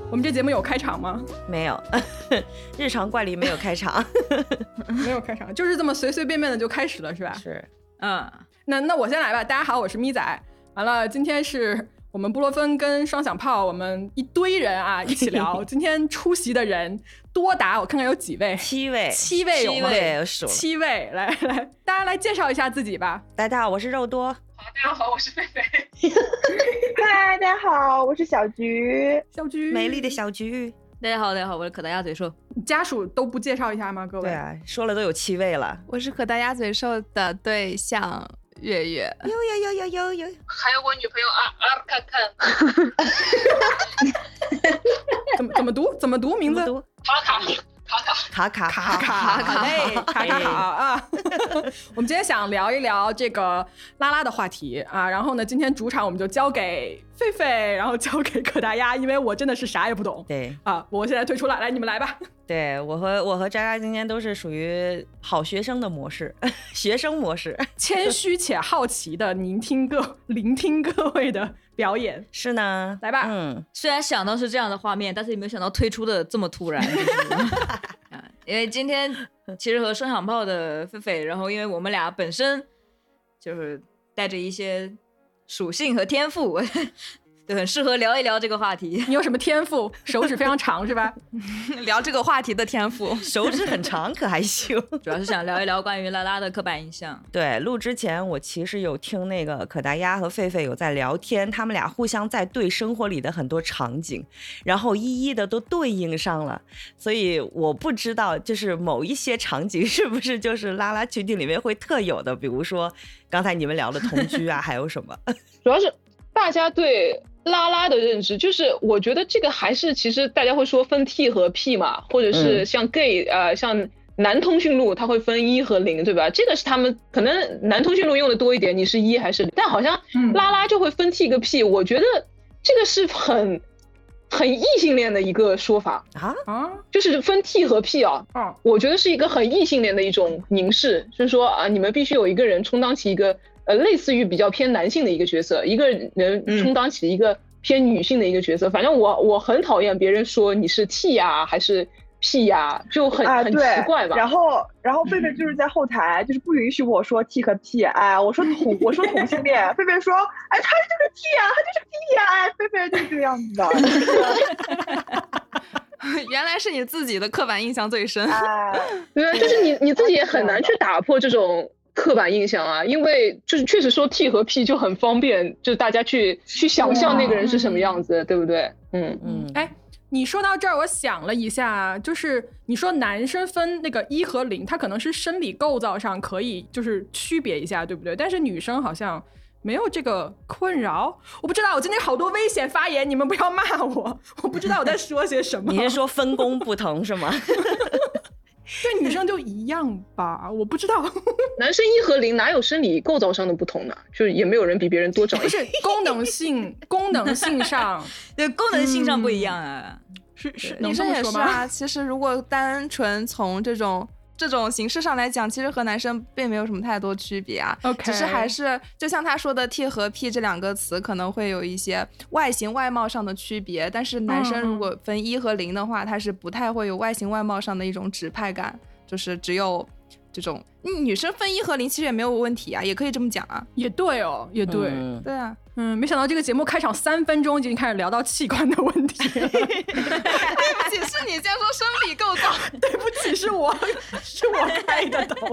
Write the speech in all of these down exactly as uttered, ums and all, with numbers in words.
我们这节目有开场吗？ 没有，日常惯例没有开场。 没有开场，就是这么随随便便的就开始了是吧？ 是， 嗯，那那我先来吧。大家好，我是咪仔。完了，今天是我们布洛芬跟双响炮，我们一堆人啊一起聊。今天出席的人多达，我看看有几位？ 七位， 七位有吗？ 七位，数了。 七位，来来，大家来介绍一下自己吧。 大家好，我是肉多。 好，大家好，我是菲菲。 嗨，大家好，我是小菊。 小菊， 美丽的小菊。 大家好，大家好，我是可达鸭嘴兽。 家属都不介绍一下吗？各位？ 对啊，说了都有七位了。 我是可达鸭嘴兽的对象月月。 有有有有有有。 还有我女朋友啊啊看看。 怎么怎么读？怎么读名字？ 读卡卡。卡卡卡卡卡卡嘞，卡卡卡啊！我们今天想聊一聊这个拉拉的话题啊，然后呢，今天主场我们就交给狒狒，然后交给可达鸭，因为我真的是啥也不懂。 对啊，我现在退出了，来你们来吧。 对，我和我和渣渣今天都是属于好学生的模式，学生模式， 谦虚且好奇的聆听各聆听各位的表演。 是呢， 来吧。 嗯， 虽然想到是这样的画面，但是也没有想到推出的这么突然。因为今天其实和双响炮的狒狒，然后因为我们俩本身就是带着一些属性和天赋，对，很适合聊一聊这个话题。 你有什么天赋？手指非常长是吧？ 聊这个话题的天赋， 手指很长可还行。 主要是想聊一聊关于拉拉的刻板印象。 对，录之前我其实有听那个可达鸭和狒狒有在聊天，他们俩互相在对生活里的很多场景，然后一一的都对应上了，所以我不知道就是某一些场景是不是就是拉拉群体里面会特有的，比如说刚才你们聊的同居啊，还有什么？ 主要是大家对拉拉的认知，就是我觉得这个还是其实大家会说分 T 和 P 嘛，或者是像 gay、嗯、呃像男通讯录它会分一和零，对吧？这个是他们可能男通讯录用的多一点，你是一还是零，但好像拉拉就会分 T 和 P、嗯、我觉得这个是很很异性恋的一个说法啊啊， 就是分 T 和 P 啊，嗯，我觉得是一个很异性恋的一种凝视，就是说啊，你们必须有一个人充当起一个呃类似于比较偏男性的一个角色，一个人充当起一个偏女性的一个角色。嗯、反正我我很讨厌别人说你是 T 呀、啊、还是 P 呀、啊，就很、啊、很奇怪吧。 然后然后狒狒就是在后台、嗯、就是不允许我说 T 和 P， 哎，我说同我说同性恋，狒狒说哎他就是 T 啊，他就是 P 啊，哎，狒狒就是这个样子的。 原来是你自己的刻板印象最深。 哎， 对，就是你你自己也很难去打破这种刻板印象啊，因为就是确实说 T 和 P 就很方便，就是大家去去想象那个人是什么样子，对不对？嗯嗯。哎，你说到这儿，我想了一下，就是你说男生分那个一和零，他可能是生理构造上可以就是区别一下，对不对？但是女生好像没有这个困扰，我不知道，我今天好多危险发言，你们不要骂我，我不知道我在说些什么。 你是说分工不同是吗？ 对女生就一样吧，我不知道。 男生一和零哪有生理构造上的不同呢？就是也没有人比别人多长一些。 不是功能性，功能性上， 对，功能性上不一样啊。 嗯、是是， 女生也是啊。其实如果单纯从这种这种形式上来讲，其实和男生并没有什么太多区别啊。 Okay. 只是还是就像他说的 T 和 P 这两个词可能会有一些外形外貌上的区别，但是男生如果分一和零的话，他是不太会有外形外貌上的一种指派感，就是只有这种女生分一和零其实也没有问题啊，也可以这么讲啊。 也对哦，也对、 嗯、 对啊。 嗯，没想到这个节目开场三分钟已经开始聊到器官的问题了。对不起，是你先说生理构造。 对不起，是我是我开的头。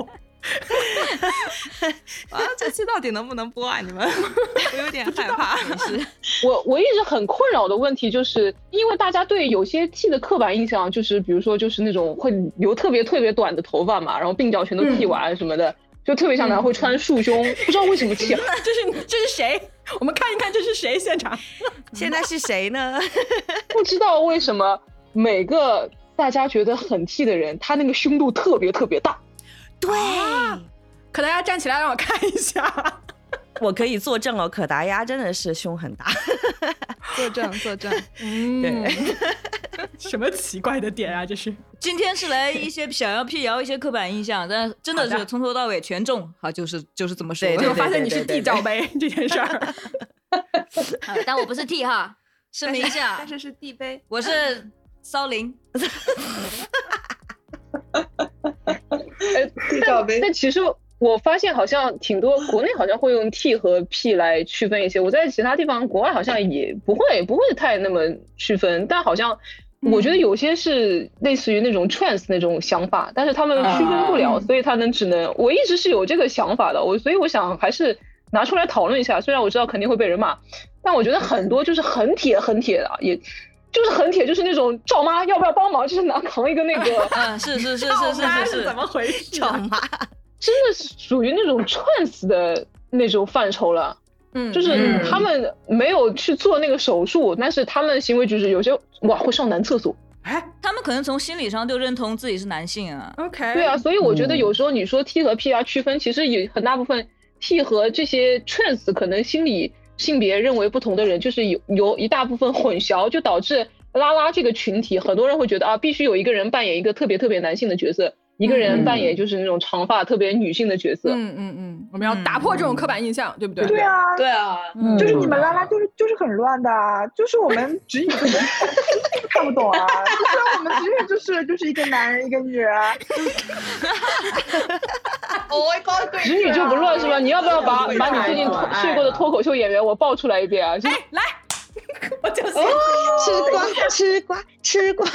啊，这期到底能不能播啊？你们，我有点害怕。 我我一直很困扰的问题就是，因为大家对有些 T 的刻板印象，就是比如说就是那种会留特别特别短的头发嘛，然后鬓角全都剃完什么的。嗯，就特别像男会穿束胸，不知道为什么剃。 这是这是谁？我们看一看这是谁现场？ 现在是谁呢？ 不知道为什么每个大家觉得很 T 的人，他那个胸度特别特别大。 对， 啊、可达鸭站起来让我看一下。 我可以作证哦，可达鸭真的是胸很大。 作证作证。 嗯， 对。 什么奇怪的点啊？这是今天是来一些想要辟谣一些刻板印象，但真的是从头到尾全中，好，就是就是这么说。 我发现你是 T 罩杯这件事儿。 但我不是 T 哈， 声明一下， 但是是地杯， 我是骚灵。 但但其实我发现好像挺多国内好像会用 T 和 P 来区分一些，我在其他地方国外好像也不会不会太那么区分，但好像我觉得有些是类似于那种 trans 那种想法，但是他们区分不了，所以他们只能，我一直是有这个想法的，我所以我想还是拿出来讨论一下，虽然我知道肯定会被人骂，但我觉得很多就是很铁很铁的，也就是很铁，就是那种赵妈要不要帮忙，就是拿扛一个那个， 嗯，是是是是是是是， 怎么回事？ 赵妈真的是属于那种 trans 的那种范畴了。 嗯， 就是他们没有去做那个手术，但是他们行为举止有些哇会上男厕所。 哎， 他们可能从心理上就认同自己是男性啊。 OK， 对啊，所以我觉得有时候你说 T 和 P 啊区分，其实有很大部分 T 和这些 trans 可能心理性别认为不同的人，就是有有一大部分混淆，就导致拉拉这个群体，很多人会觉得啊，必须有一个人扮演一个特别特别男性的角色。一个人扮演就是那种长发特别女性的角色。 嗯嗯嗯，我们要打破这种刻板印象，对不对？ 对啊， 对啊， 就是你们拉拉就是就是很乱的，就是我们直女就是看不懂啊，就是我们直女就是就是一个男人一个女人。 直女就不乱是吧？你要不要把把你最近睡过的脱口秀演员我爆出来一遍啊？ 哎，来，我就是吃瓜吃瓜吃瓜。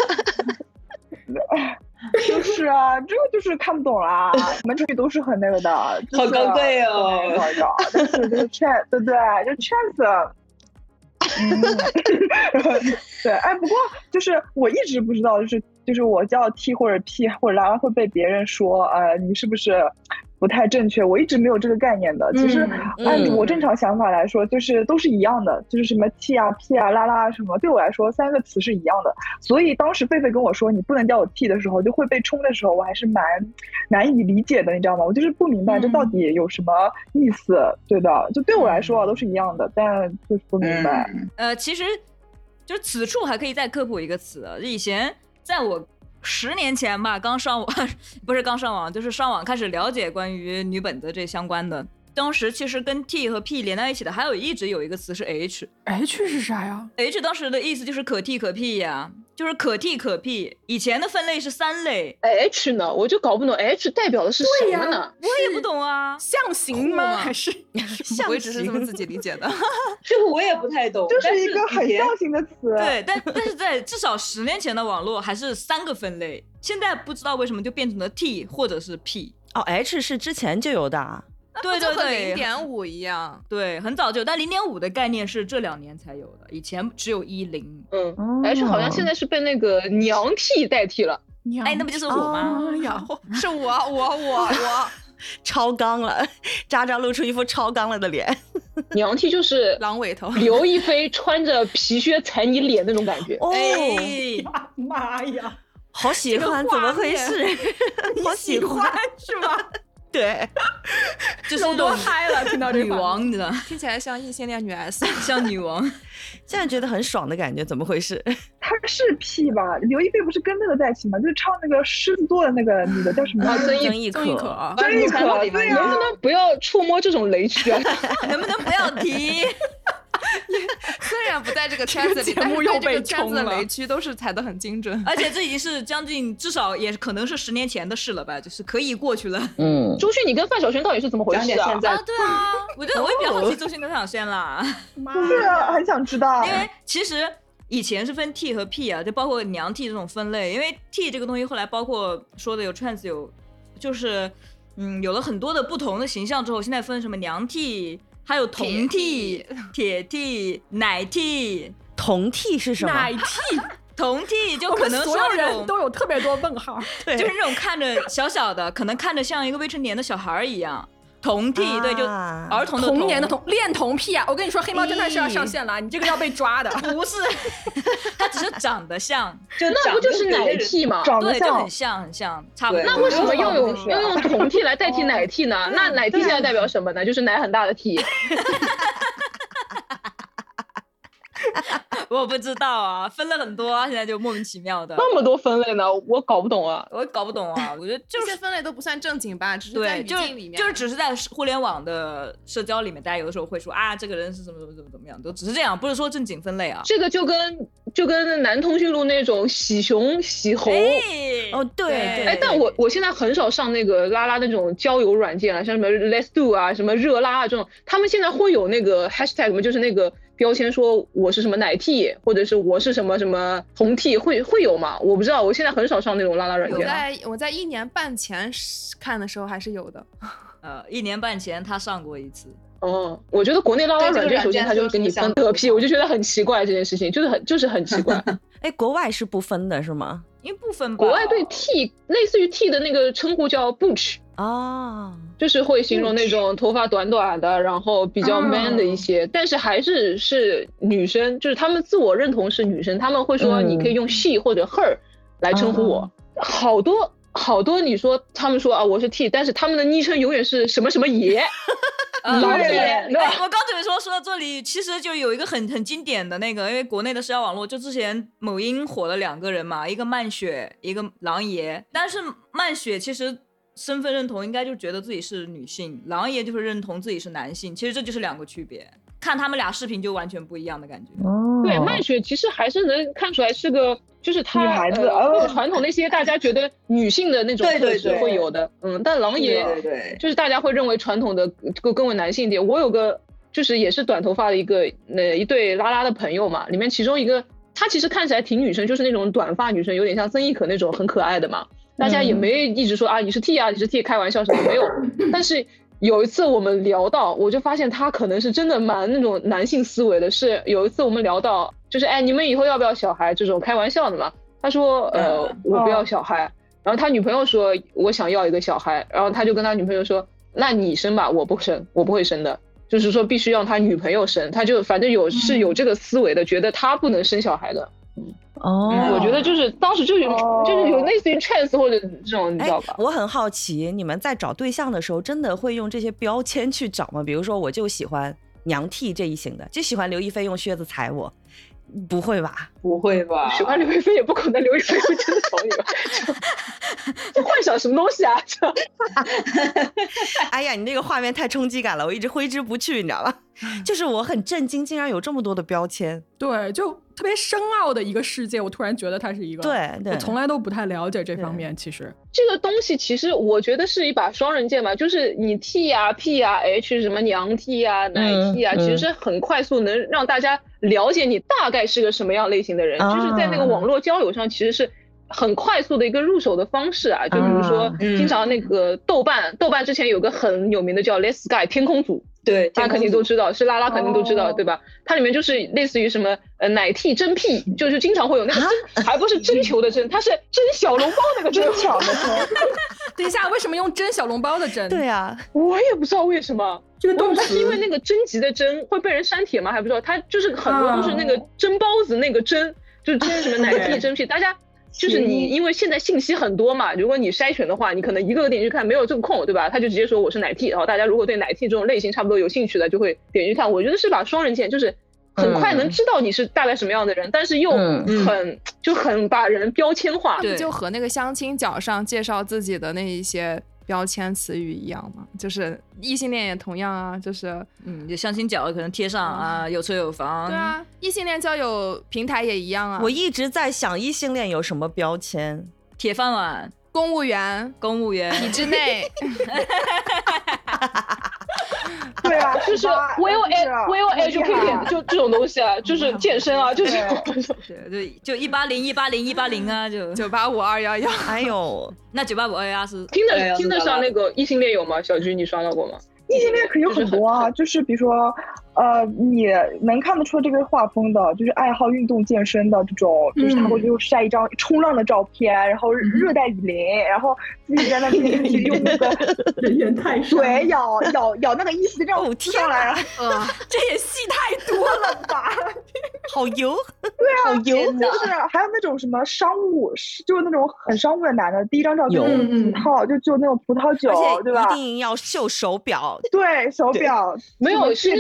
就是啊，这个就是看不懂啦。我们这里都是很那个的，就是、 好高贵哦。 但是就是 trans， 对不对？就 trans。嗯，对，哎，不过就是我一直不知道，就是就是我叫 T 或者 P 或者拉拉会被别人说，呃，你是不是不太正确？我一直没有这个概念的。其实按我正常想法来说，就是都是一样的，就是什么 T 啊、P 啊、拉拉啊什么，对我来说三个词是一样的。所以当时狒狒跟我说你不能叫我 T 的时候，就会被冲的时候，我还是蛮难以理解的，你知道吗？我就是不明白这到底有什么意思。对的，就对我来说啊都是一样的，但就是不明白。 呃，其实就是此处还可以再科普一个词，以前在我十年前吧，刚上网不是刚上网，就是上网开始了解关于女本的这相关的。当时其实跟 T 和 P 连在一起的，还有一直有一个词是 H。H 是啥呀 ？H 当时的意思就是可 T 可 P 呀，就是可 T 可 P。以前的分类是三类 ，H 呢，我就搞不懂 H 代表的是什么呢？ 我也不懂啊， 象形吗？还是象形？我只是这么自己理解的。 这个我也不太懂， 就是一个很象形的词。 对，但但是在至少十年前的网络还是三个分类，现在不知道为什么就变成了 T 或者是 P。 哦 ，H 是之前就有的啊。 对对对， 零点五一样， 对，很早就，但零点五的概念是这两年才有的，以前只有一零。 嗯、哦、，H 好像现在是被那个娘 T 代替了。 哎，那不就是我吗？ 哎呀， 是我我我我超纲了，渣渣露出一副超纲了的脸。 娘 T 就是狼尾头， 刘亦菲穿着皮靴踩你脸那种感觉。 哦， 哎妈呀， 好喜欢，怎么回事？好喜欢是吗？ 对， 就是多嗨了，听到这女王，你知道， 听起来像异性恋女 S， 像女王， 现在觉得很爽的感觉，怎么回事？ 他是 P 吧？刘亦菲不是跟那个在一起吗？就是唱那个狮子座的那个女的叫什么？ 曾轶可，曾轶可， 曾轶可，对呀， 能不能不要触摸这种雷区啊？ 能不能不要提？ 虽然不在这个圈子里，但是对这个圈子的雷区都是踩得很精准。 而且这已经是将近，至少也可能是十年前的事了吧，就是可以过去了。 嗯，周迅，你跟范晓萱到底是怎么回事啊？ 啊，对啊，我觉得我也比较好奇周迅跟范晓萱啦。 对啊，很想知道。 因为其实以前是分 T 和 P 啊，就包括娘 T 这种分类。因为 T 这个东西后来包括说的有 trans 有，就是嗯有了很多的不同的形象之后，现在分什么娘 T。还有铜 T、铁 T、奶 T， 铜 T 是什么？ 奶 T， 铜 T 就可能所有人都有特别多问号， 对，就是那种看着小小的，可能看着像一个未成年的小孩一样。童 T、啊、对，就儿童的童年的童恋童癖啊！我跟你说，黑猫侦探是要上线了，你这个要被抓的。 不是，他只是长得像， 就那不就是奶 T 吗？ 对，就很像很像，差不多。 那为什么要用要用童 T 来代替奶 T 呢？哦、那奶 T 现在代表什么呢？就是奶很大的 T。 我不知道啊，分了很多啊，现在就莫名其妙的。 那么多分类呢，我搞不懂啊， 我搞不懂啊，我觉得就这是些分类都不算正经吧，只是在对，就是语境里面， 就是只是在互联网的社交里面，大家有的时候会说啊，这个人是怎么怎么怎么怎么样，都只是这样，不是说正经分类啊。 这个就跟就跟男通讯录那种喜熊喜猴。 哎哦，对对， 哎，但我我现在很少上那个拉拉那种交友软件了，像什么 Let's Do 啊，什么热拉啊这种，他们现在会有那个 hashtag 吗？就是那个标签说我是什么奶 T， 或者是我是什么什么红 T， 会会有吗？我不知道，我现在很少上那种拉拉软我件。 在我在一年半前看的时候还是有的。 呃，一年半前他上过一次。 哦，我觉得国内拉拉软件首先他就给你分特 P， 我就觉得很奇怪这件事情，就是很就是很奇怪。 哎，国外是不分的是吗？ 因为不分吧， 国外对 T 类似于 T 的那个称呼叫 butch。 啊， 就是会形容那种头发短短的，然后比较 man 的一些，但是还是是女生，就是他们自我认同是女生，他们会说你可以用 she 或者 her 来称呼我。好多好多你说他们说啊我是 T， 但是他们的昵称永远是什么什么爷。 嗯， 老爷哎对吧我刚准备说说到这里，其实就有一个很很经典的那个，因为国内的社交网络，就之前某音火了两个人嘛，一个曼雪，一个狼爷，但是曼雪其实身份认同应该就觉得自己是女性，狼爷就是认同自己是男性，其实这就是两个区别，看他们俩视频就完全不一样的感觉。 哦， 对，曼雪其实还是能看出来是个，就是她女孩子呃哦传统那些大家觉得女性的那种特质对对对会有的，嗯，但狼爷对对对， 就是大家会认为传统的更更为男性一点。我有个就是也是短头发的一个呃一对拉拉的朋友嘛，里面其中一个她其实看起来挺女生，就是那种短发女生，有点像曾轶可那种很可爱的嘛。大家也没一直说啊你是 T 啊你是 T 开玩笑什么没有，但是有一次我们聊到，我就发现他可能是真的蛮那种男性思维的。是有一次我们聊到，就是哎你们以后要不要小孩这种开玩笑的嘛。他说呃我不要小孩，然后他女朋友说我想要一个小孩，然后他就跟他女朋友说那你生吧，我不生，我不会生的，就是说必须让他女朋友生，他就反正有是有这个思维的，觉得他不能生小孩的。 哦， 我觉得就是当时就有、 哦、 就是有类似于 trans 或者这种，你知道吧？ 我很好奇，你们在找对象的时候，真的会用这些标签去找吗？比如说，我就喜欢娘 T 这一型的，就喜欢刘亦菲用靴子踩我，不会吧？ 不会吧？ 喜欢刘亦菲也不可能刘亦菲会真的找你吧？这幻想什么东西啊？这哎呀，你那个画面太冲击感了，我一直挥之不去，你知道吧？就是我很震惊，竟然有这么多的标签。 对，就特别深奥的一个世界，我突然觉得它是一个， 对对， 我从来都不太了解这方面。其实这个东西其实我觉得是一把双刃剑吧，就是你 T 啊 P 啊 H 什么娘 T 啊奶 T 啊、嗯嗯，其实是很快速能让大家了解你大概是个什么样类型的人，啊、就是在那个网络交友上其实是很快速的一个入手的方式啊。就比如说，经常那个豆瓣，嗯、豆瓣之前有个很有名的叫 Let's Sky 天空组。 对， 大家肯定都知道，是拉拉肯定都知道，哦、对吧？它里面就是类似于什么呃奶 T 真 P， 就是经常会有那个真，还不是真球的真，它是真小笼包那个真巧的真。 等一下，为什么用真小笼包的真？ 对啊， 我也不知道为什么。 这个动词是因为那个征集的征会被人删帖吗？还不知道，它就是很多都是那个蒸包子那个蒸，就是蒸什么奶 T 真 P， 大家。就是你，因为现在信息很多嘛，如果你筛选的话，你可能一个个点进去看，没有这个空，对吧？他就直接说我是奶 T， 然后大家如果对奶 T 这种类型差不多有兴趣的，就会点进去看。我觉得是把双刃剑，就是很快能知道你是大概什么样的人，嗯、但是又很、嗯、就很把人标签化。 他们就和那个相亲角上介绍自己的那一些标签词语一样嘛，就是异性恋也同样啊，就是嗯，就相亲角可能贴上啊，有车有房。 对啊，异性恋交友平台也一样啊。 我一直在想异性恋有什么标签， 铁饭碗、 公务员、 公务员、 体制内。 对啊， 就是 well well educated 就这种东西啊，就是健身啊，就是对，就一八零一八零一八零啊，就九八五二幺幺。 哎呦， 那九八五二幺幺是听得听得上那个异性恋有吗？小菊，你刷到过吗？ 异性恋可有很多啊，就是比如说，呃，你能看得出这个画风的，就是爱好运动健身的这种，就是他会就晒一张冲浪的照片，然后热带雨林，然后自己在那边去用那个人猿泰山， 对，咬咬咬那个衣服的这样上来， 呃，这也戏太多了吧？ 好油， 对啊， 好油， 就是还有那种什么商务，就是那种很商务的男的，第一张照片葡萄，就就那种葡萄酒，对吧？ 一定要秀手表。 对手表没有是那种商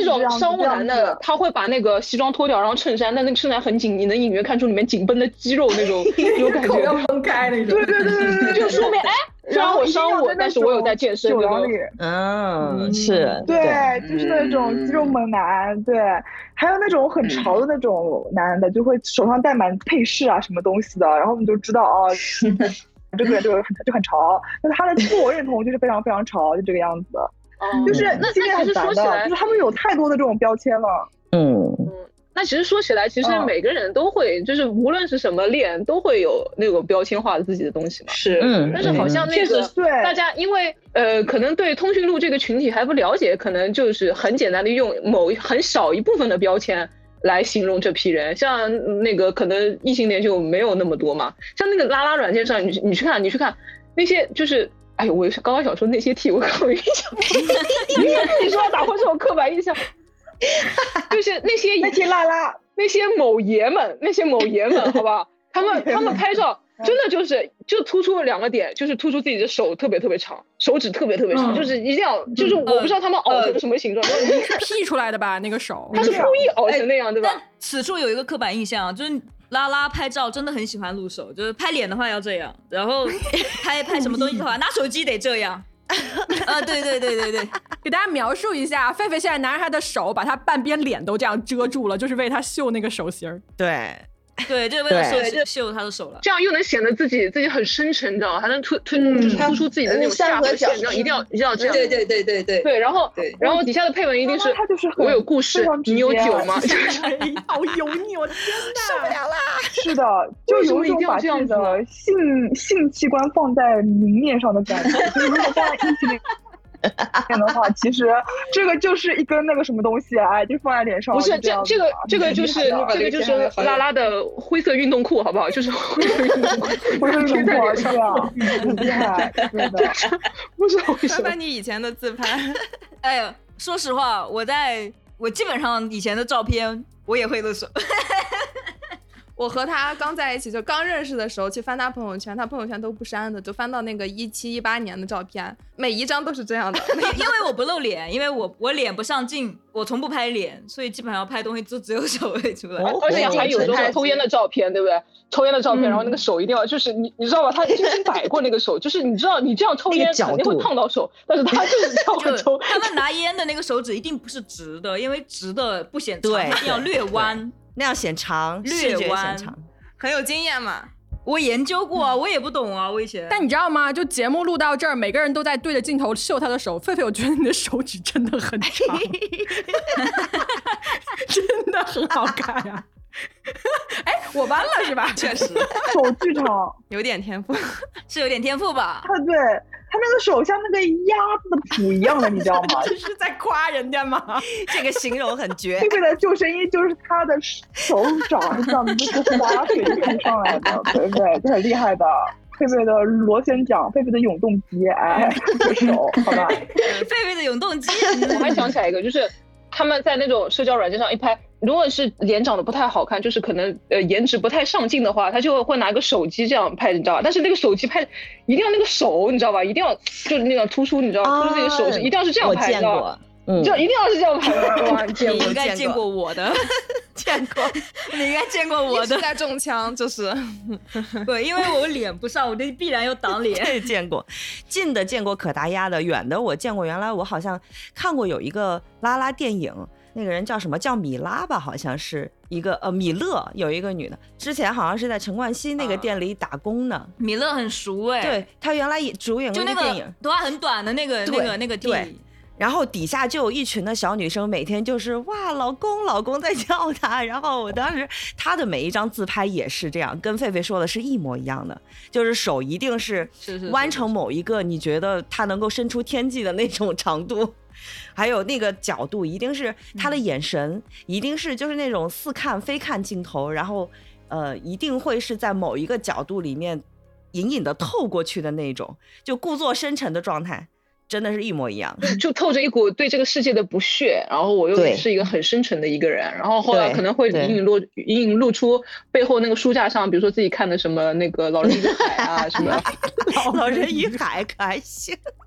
商务男的他会把那个西装脱掉，然后衬衫，但那个衬衫很紧，你能隐约看出里面紧绷的肌肉那种那种感觉， 口要分开那种。 对对对对对， 就说明哎，虽然我商务，但是我有在健身， 酒廊里。 嗯，是， 对，就是那种肌肉猛男，对，还有那种很潮的那种男的，就会手上戴满配饰啊什么东西的，然后我们就知道哦，这个人就很就很潮，但是他的自我认同就是非常非常潮，就这个样子的。 嗯、 就是那今天很烦的，就是他们有太多的这种标签了。 嗯嗯，那其实说起来，其实每个人都会，嗯、就是无论是什么链，都会有那种标签化的自己的东西嘛。 是， 嗯， 但是好像那个大家因为呃，可能对通讯录这个群体还不了解，可能就是很简单的用某很少一部分的标签来形容这批人，像那个可能异性恋就没有那么多嘛。像那个拉拉软件上，你你去看，你去看那些就是。哎呦，我刚刚想说那些 T， 我刚刚有印象，你说要打破这种刻板印象，就是那些那些拉拉， 那些某爷们，那些某爷们，好不好？他们他们拍照真的就是就突出两个点，就是突出自己的手特别特别长，手指特别特别长，嗯、就是一定要，就是我不知道他们凹成什么形状， 呃、你是 P 出来的吧？那个手， 他是故意凹成那样，对吧？ 此处有一个刻板印象，就是。拉拉拍照真的很喜欢露手，就是拍脸的话要这样，然后拍拍什么东西的话，拿手机得这样。啊，对对对对对， 给大家描述一下，狒狒现在拿着他的手，把他半边脸都这样遮住了，就是为他绣那个手型。 对。 对，就是为了秀秀他的手了， 这样又能显得自己自己很深沉，你知道吗？还能突突突出自己的那种下颌线，你知道，一定要一定要这样。 对对对对对对，然后然后底下的配文一定是我有故事，你有酒吗？ 好油腻，我天哪， 受不了啦！ 是的，就有一种把自己的性性器官放在明面上的感觉，就是如果放在异性恋。的话，其实这个就是一根那个什么东西，哎，就放在脸上。 不是这这个这个就是这个就是拉拉的灰色运动裤，好不好？就是灰色运动裤， 灰色运动裤这样，很厉害，真的。 不知道为什么。 翻翻你以前的自拍， 哎呀，说实话，我在我基本上以前的照片，我也会露手。 我和他刚在一起，就刚认识的时候去翻他朋友圈，他朋友圈都不删的，就翻到那个一七一八年的照片，每一张都是这样的。 因为我不露脸，因为我我脸不上镜，我从不拍脸，所以基本上拍东西就只有手会出来。 而且还有时候抽烟的照片，对不对？抽烟的照片，然后那个手一定要就是你你知道吧？他精心摆过那个手，就是你知道你这样抽烟肯定会烫到手，但是他就是这样抽。 他们拿烟的那个手指一定不是直的，因为直的不显长，一定要略弯。 那样显长， 略弯， 很有经验嘛。 我研究过啊，我也不懂啊，我以前。 但你知道吗？就节目录到这儿，每个人都在对着镜头秀他的手。狒狒，我觉得你的手指真的很长，真的很好看啊！哎，我弯了是吧？ 确实， 手巨长， 有点天赋， 是有点天赋吧？ 他对他那个手像那个鸭子的蹼一样的，你知道吗？ 这是在夸人家吗？ 这个形容很绝。 狒狒的救生衣就是他的手掌像那个滑水冲上来的，狒狒这很厉害的。狒狒的螺旋桨，狒狒的永动机，哎，这手好吧？ 狒狒的永动机， 我还想起来一个，就是他们在那种社交软件上一拍。如果是脸长得不太好看，就是可能呃颜值不太上镜的话，他就会拿个手机这样拍，你知道吧？但是那个手机拍一定要那个手，你知道吧？一定要就是那个突出，你知道，突出自己的手是一定要是这样拍，你知道吧？嗯，就一定要是这样拍的。哇，你见过？ 你应该见过我的， 见过， 你应该见过我的。 在中枪就是， 对，因为我脸不上，我就必然要挡脸。 这见过，近的见过可达鸭的，远的我见过。原来我好像看过有一个拉拉电影。那个人叫什么？叫米拉吧，好像是一个呃米勒，有一个女的，之前好像是在陈冠希那个店里打工呢。 啊、米勒很熟哎， 对，她原来也主演过一个电影， 头发很短的那个那个那个弟弟。 然后底下就有一群的小女生，每天就是哇，老公老公在叫她。然后我当时她的每一张自拍也是这样，跟狒狒说的是一模一样的，就是手一定是弯成某一个你觉得她能够伸出天际的那种长度。还有那个角度一定是他的眼神、嗯、一定是就是那种似看非看镜头，然后呃一定会是在某一个角度里面隐隐的透过去的那种，就故作深沉的状态，真的是一模一样， 就透着一股对这个世界的不屑，然后我又是一个很深沉的一个人，然后后来可能会隐隐露隐隐露出背后那个书架上，比如说自己看的什么那个老人与海啊什么老人与海可还行，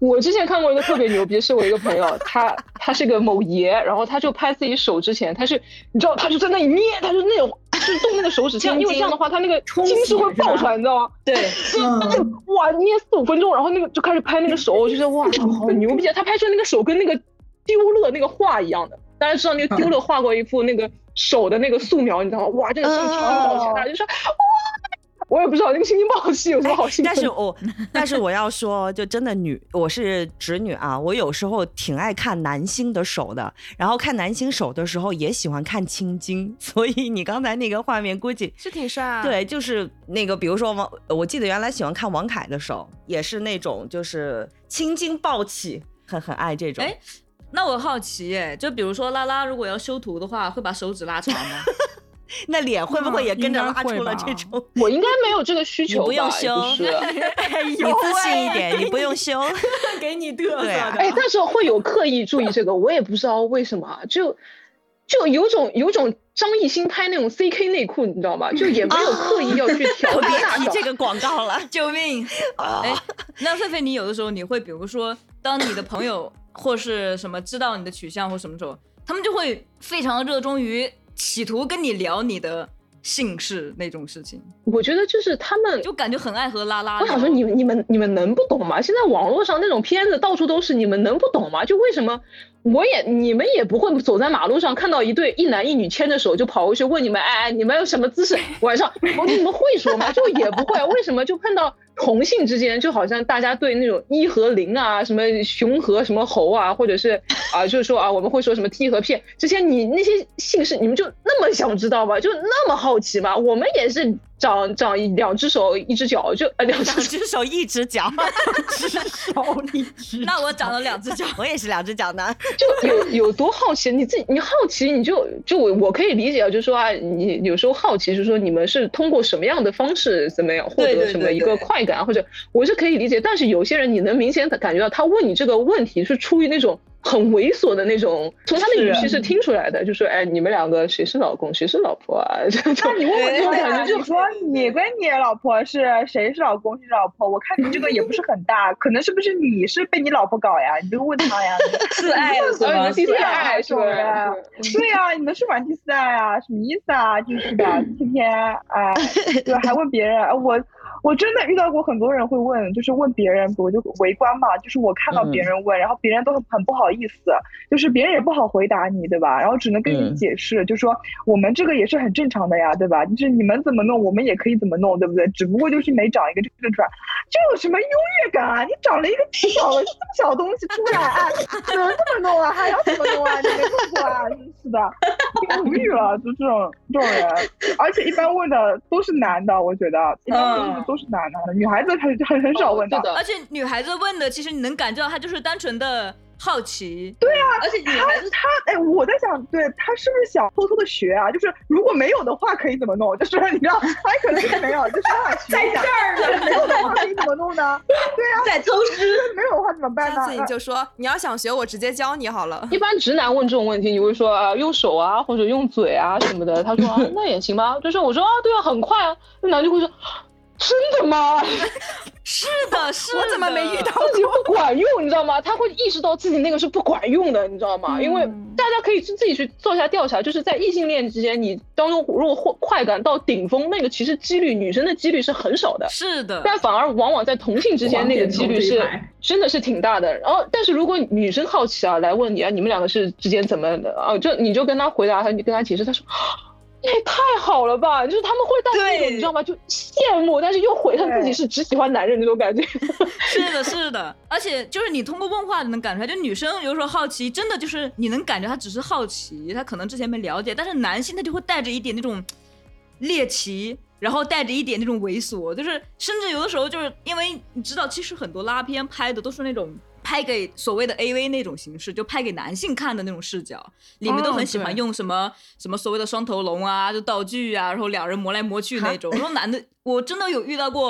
我之前看过一个特别牛逼，是我一个朋友，他他是个某爷，然后他就拍自己手之前，他是你知道，他就在那里捏，他就那种就是动那个手指尖，因为这样的话，他那个筋是会爆出来，你知道吗？ 对， 嗯、哇，捏四五分钟，然后那个就开始拍那个手，我就觉得哇，好牛逼啊！他拍出来那个手跟那个丢勒那个画一样的，大家知道那个丢勒画过一幅那个手的那个素描，你知道吗？哇，这个心情爆起来，就说哇。我也不知道那个心情爆气有什么好兴奋、 哎、但是我但是我要说，就真的女，我是直女啊，我有时候挺爱看男星的手的，然后看男星手的时候也喜欢看青筋，所以你刚才那个画面估计是挺帅啊。 对，就是那个比如说王，我记得原来喜欢看王凯的手，也是那种就是青筋暴起，很很爱这种。 哎，那我好奇耶，就比如说拉拉如果要修图的话，会把手指拉长吗？ 那脸会不会也跟着拉出了这种？ 嗯、我应该没有这个需求吧， 你不用修， 就是哎、你自信一点，你不用修， 给你嘚瑟的。 哎、啊，但是会有刻意注意这个，我也不知道为什么，就就有种有种张艺兴拍那种 C K 内裤，你知道吗？就也没有刻意要去调大小。 别提这个广告了， 救命！哎，那狒狒，你有的时候你会比如说，当你的朋友或是什么知道你的取向或什么时候，他们就会非常热衷于企图跟你聊你的姓氏那种事情。 我觉得就是他们就感觉很爱和拉拉。 我想说你们你们你们能不懂吗？现在网络上那种片子到处都是，你们能不懂吗？就为什么我也你们也不会走在马路上看到一对一男一女牵着手就跑过去问你们，哎哎，你们有什么姿势？晚上我你们会说吗？就也不会。为什么就看到同性之间，就好像大家对那种一和零啊，什么熊和什么猴啊，或者是啊、呃，就是说啊，我们会说什么 T 和 P 这些，你那些姓氏你们就那么想知道吗？就那么好奇吗？我们也是长长两只手一只脚，就呃两只手一只脚， 两只手一只脚。 那我长了两只脚， 我也是两只脚呢。 就有有多好奇，你自己你好奇你就就我我可以理解，就是说啊，你有时候好奇是说你们是通过什么样的方式怎么样获得什么一个快感，或者我是可以理解，但是有些人你能明显的感觉到他问你这个问题是出于那种很猥琐的那种，从他的语气是听出来的，就说哎，你们两个谁是老公谁是老婆啊？ 那你问我这种感觉，就说你跟你老婆是谁是老公谁是老婆？我看你这个也不是很大，可能是不是你是被你老婆搞呀？你就问他呀， 自爱了是吗？第四爱是吧？ 对呀，你们是玩第四爱啊？什么意思啊？真是的，天天哎，对，还问别人我。我真的遇到过很多人会问，就是问别人，我就围观嘛，就是我看到别人问，嗯、然后别人都很很不好意思，就是别人也不好回答你，对吧？然后只能跟你解释，嗯、就说我们这个也是很正常的呀，对吧？就是你们怎么弄，我们也可以怎么弄，对不对？只不过就是没长一个这个出来，这有什么优越感啊？你长了一个小的这么小东西出来，啊，能这么弄啊？还要怎么弄啊？你没弄过啊？真是的，无语了，就这种这种人，而且一般问的都是男的，我觉得一般问的都。都是男的，女孩子很很很少问的、 哦，而且女孩子问的，其实你能感觉到她就是单纯的好奇。 对啊， 而且女孩子她哎，我在想，对她是不是想偷偷的学啊？就是如果没有的话，可以怎么弄？就是你知道，她可能是没有，就是想学一下。在这儿呢，没有的话可以怎么弄呢？对啊， 在偷师。 没有的话怎么办呢？ 下次你就说你要想学，我直接教你好了。 一般直男问这种问题，你会说啊，用手啊，或者用嘴啊什么的。他说啊，那也行吧。就是我说啊，对啊，很快啊。那男就会说。真的吗？ 是的，是的， 我怎么没遇到过？ 自己不管用，你知道吗？他会意识到自己那个是不管用的，你知道吗？嗯、因为大家可以自己去做一下调查，就是在异性恋之间，你当中如果获快感到顶峰，那个其实几率女生的几率是很少的， 是的， 但反而往往在同性之间那个几率是真的是挺大的。然后，但是如果女生好奇啊，来问你啊，你们两个是之间怎么的啊？就你就跟他回答他，你跟他解释，他说。也太好了吧！就是他们会带那种你知道吗？就羡慕，但是又悔恨自己是只喜欢男人那种感觉。 是的，是的，而且就是你通过问话能感出来，就女生有时候好奇，真的就是你能感觉她只是好奇，她可能之前没了解，但是男性他就会带着一点那种猎奇，然后带着一点那种猥琐，就是甚至有的时候就是因为你知道，其实很多拉片拍的都是那种。拍给所谓的 A V 那种形式，就拍给男性看的那种视角，里面都很喜欢用什么、哦、什么所谓的双头龙啊，就道具啊，然后两人磨来磨去那种。然后男的，我真的有遇到过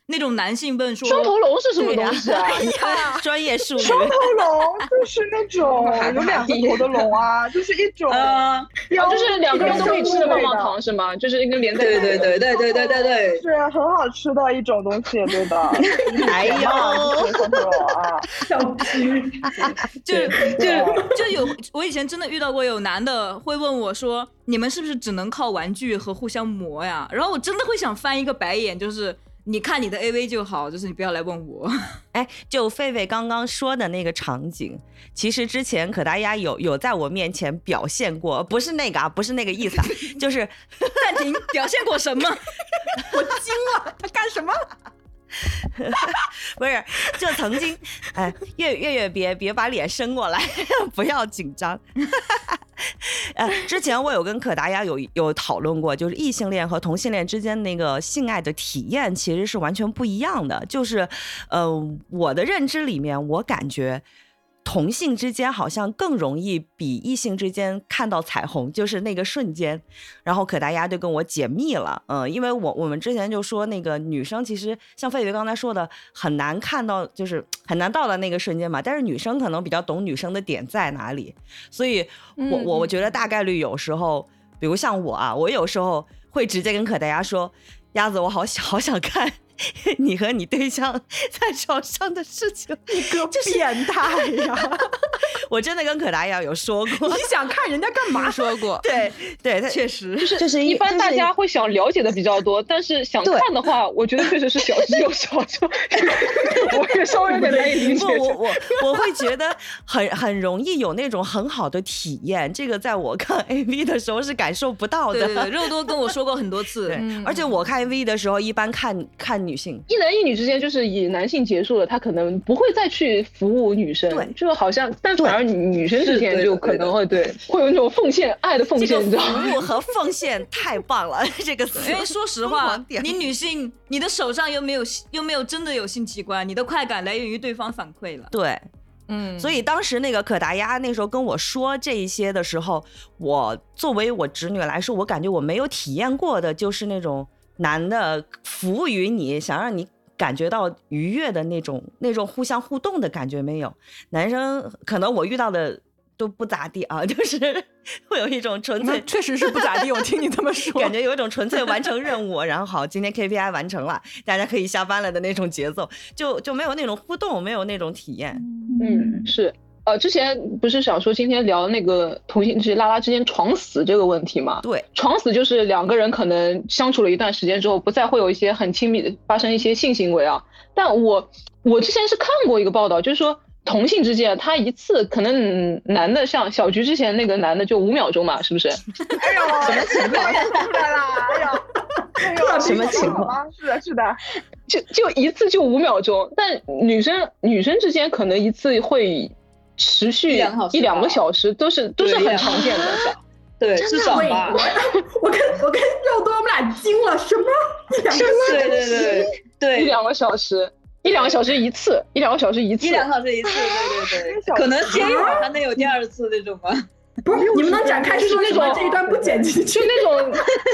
那种男性问说双头龙是什么东西啊？ 专业术语。 双头龙就是那种有两个头的龙啊，就是一种呃， 标就是两个人都可以吃的棒棒糖是吗？就是一个连在对对对对对对对对， 是很好吃的一种东西，对的。 哎呦， 双头龙啊， 小鸡， 就就就有我以前真的遇到过有男的会问我说，你们是不是只能靠玩具和互相磨呀？然后我真的会想翻一个白眼，就是你看你的 A V 就好，就是你不要来问我。 哎，就狒狒刚刚说的那个场景，其实之前可达鸭有有在我面前表现过，不是那个啊，不是那个意思啊，就是暂停，表现过什么？ 我惊了，他干什么？ 不是，就曾经，哎，月月月别别把脸伸过来，不要紧张。呃，之前我有跟可达鸭有有讨论过，就是异性恋和同性恋之间那个性爱的体验其实是完全不一样的。就是，呃，我的认知里面，我感觉同性之间好像更容易比异性之间看到彩虹，就是那个瞬间。然后可达鸭就跟我解密了，嗯，因为我我们之前就说那个女生其实像狒狒刚才说的很难看到，就是很难到了那个瞬间嘛。但是女生可能比较懂女生的点在哪里，所以我我我觉得大概率有时候，比如像我啊，我有时候会直接跟可达鸭说，鸭子，我好想好想看你和你对象在床上的事情。 你个变态呀！ 我真的跟可达鸭有说过。 你想看人家干嘛？ 说过， 对对，他确实就是就是一般大家会想了解的比较多，但是想看的话，我觉得确实是小鸡有小就，我也稍微有点难以理解。 不，我我我会觉得很很容易有那种很好的体验，这个在我看 A V 的时候是感受不到的。 对对对，肉多跟我说过很多次。 对，而且我看 A V 的时候，一般看看女性， 一男一女之间就是以男性结束了，他可能不会再去服务女生， 对， 就好像，但反而女生之间就可能会对，会有那种奉献爱的奉献，你知道吗？ 服务和奉献太棒了，这个词。 因为说实话，你女性，你的手上又没有又没有真的有性器官，你的快感来源于对方反馈了。 对。 嗯， 所以当时那个可达鸭那时候跟我说这一些的时候，我作为我侄女来说，我感觉我没有体验过的就是那种男的服务于你，想让你感觉到愉悦的那种那种互相互动的感觉没有。男生可能我遇到的都不咋地啊，就是会有一种纯粹， 确实是不咋地。我听你这么说， 感觉有一种纯粹完成任务，然后好，今天 K P I 完成了，大家可以下班了的那种节奏，就就没有那种互动，没有那种体验。 嗯，是。呃，之前不是想说今天聊那个同性之拉拉之间床死这个问题嘛？ 对， 床死就是两个人可能相处了一段时间之后，不再会有一些很亲密的发生一些性行为啊。但我我之前是看过一个报道，就是说同性之间，他一次可能男的像小菊之前那个男的就五秒钟嘛，是不是？ 哎呦，什么情况？出来了！哎呦，哎呦， 什么情况？ 是的，是的， 就就一次就五秒钟，但女生女生之间可能一次会持续一两个小时，都是都是很常见的。 对，至少吧。 我我跟我跟肉多我们俩惊了，什么？一两个对对对对， 一两个小时。一两个小时一次，一两个小时一次， 一两个小时一次，对对对，可能接一会儿还能有第二次那种吗？ 不是，你们能展开说那种这一段不剪进去， 就那种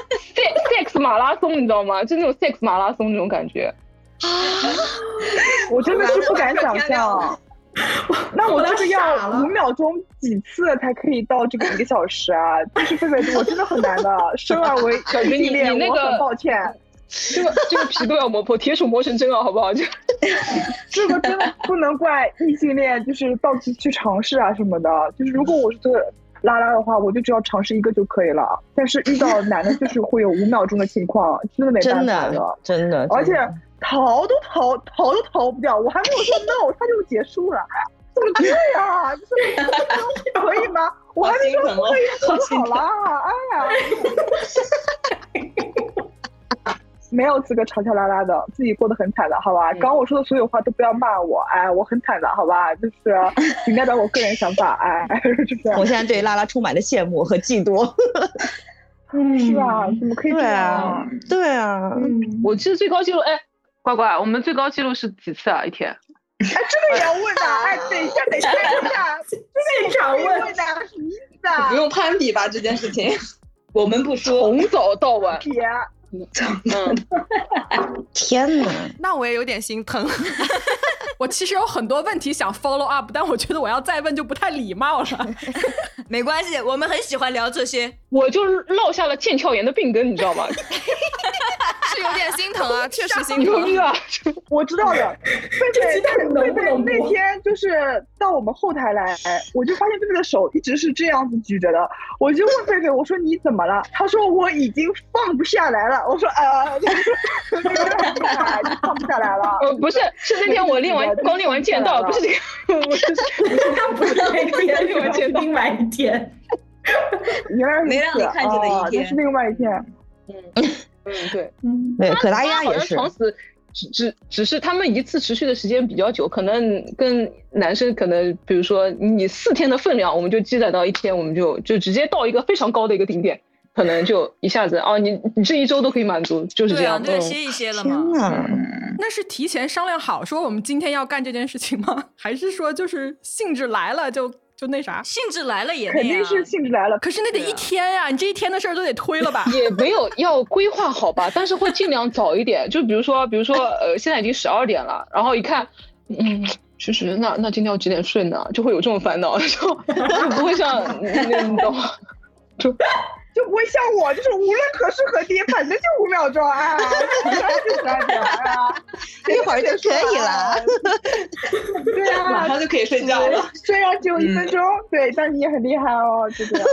sex 马拉松，你知道吗？就那种 sex 马拉松那种感觉。 我真的是不敢想象。那我就是要五秒钟几次才可以到这个一个小时啊！就是狒狒，我真的很难的，生而为小菊，你你那个很抱歉。 这个这个皮都要磨破，铁杵磨成针啊，好不好？就这个真的不能怪异性恋，就是到处去尝试啊什么的。就是如果我是拉拉的话，我就只要尝试一个就可以了。但是遇到男的，就是会有五秒钟的情况，真的没办法的， 真的， 而且逃都逃逃都逃不掉。我还没有说 no， 他就结束了，怎么这样？就是可以吗？我还没说可以，就好了。哎呀。没有资格嘲笑拉拉的，自己过得很惨的，好吧？嗯、刚我说的所有话都不要骂我，哎，我很惨的，好吧？就是仅代表我个人想法，哎，就这样。 我现在对拉拉充满了羡慕和嫉妒。 嗯，是吧？怎么可以这样？ 对啊， 嗯，我记得最高记录，哎，乖乖，我们最高记录是几次啊？一天？ 哎，这个也要问的，哎，等一下，等一下，等一下， 现场问的，什么意思啊？ 不用攀比吧，这件事情。我们不说， 从早到晚， 别嗯， 天哪， 那我也有点心疼。 我其实有很多问题想 follow up， 但我觉得我要再问就不太礼貌了。 没关系，我们很喜欢聊这些。 我就落下了腱鞘炎的病根，你知道吗？ 是有点心疼啊，确实心牛疼。 逼啊！ 我知道的，贝贝贝贝那天就是到我们后台来，我就发现贝贝的手一直是这样子举着的，我就问贝贝，我说你怎么了？他说我已经放不下来了。我说呃，贝贝很厉害，就放不下来了。 呃，不是，是那天我练完刚练完剑道，不是这个，我是他不是那天，练完剑道另外一天。 原来没让你看见的一天， 那是另外一天。 嗯嗯，对， 嗯，对，可达鸭也是。 长死只只只是他们一次持续的时间比较久，可能跟男生可能，比如说你四天的分量，我们就积攒到一天，我们就就直接到一个非常高的一个顶点，可能就一下子啊，你你这一周都可以满足，就是这样。 对啊，对，歇一歇了嘛。 那是提前商量好说我们今天要干这件事情吗？还是说就是兴致来了就就那啥？ 兴致来了也那样， 肯定是兴致来了。 可是那得一天呀、啊，你这一天的事儿都得推了吧？ 也没有要规划好吧，但是会尽量早一点。就比如说，比如说，呃，现在已经十二点了，然后一看，嗯，其实那那今天要几点睡呢？就会有这种烦恼，就就不会像那你懂吗？就。 就不会像我，就是无论何时何地，反正就五秒钟啊，就十二点啊， 一会儿就可以了。 对啊， 马上就可以睡觉了。 虽然只有一分钟，嗯、对，但是你也很厉害哦，就这样。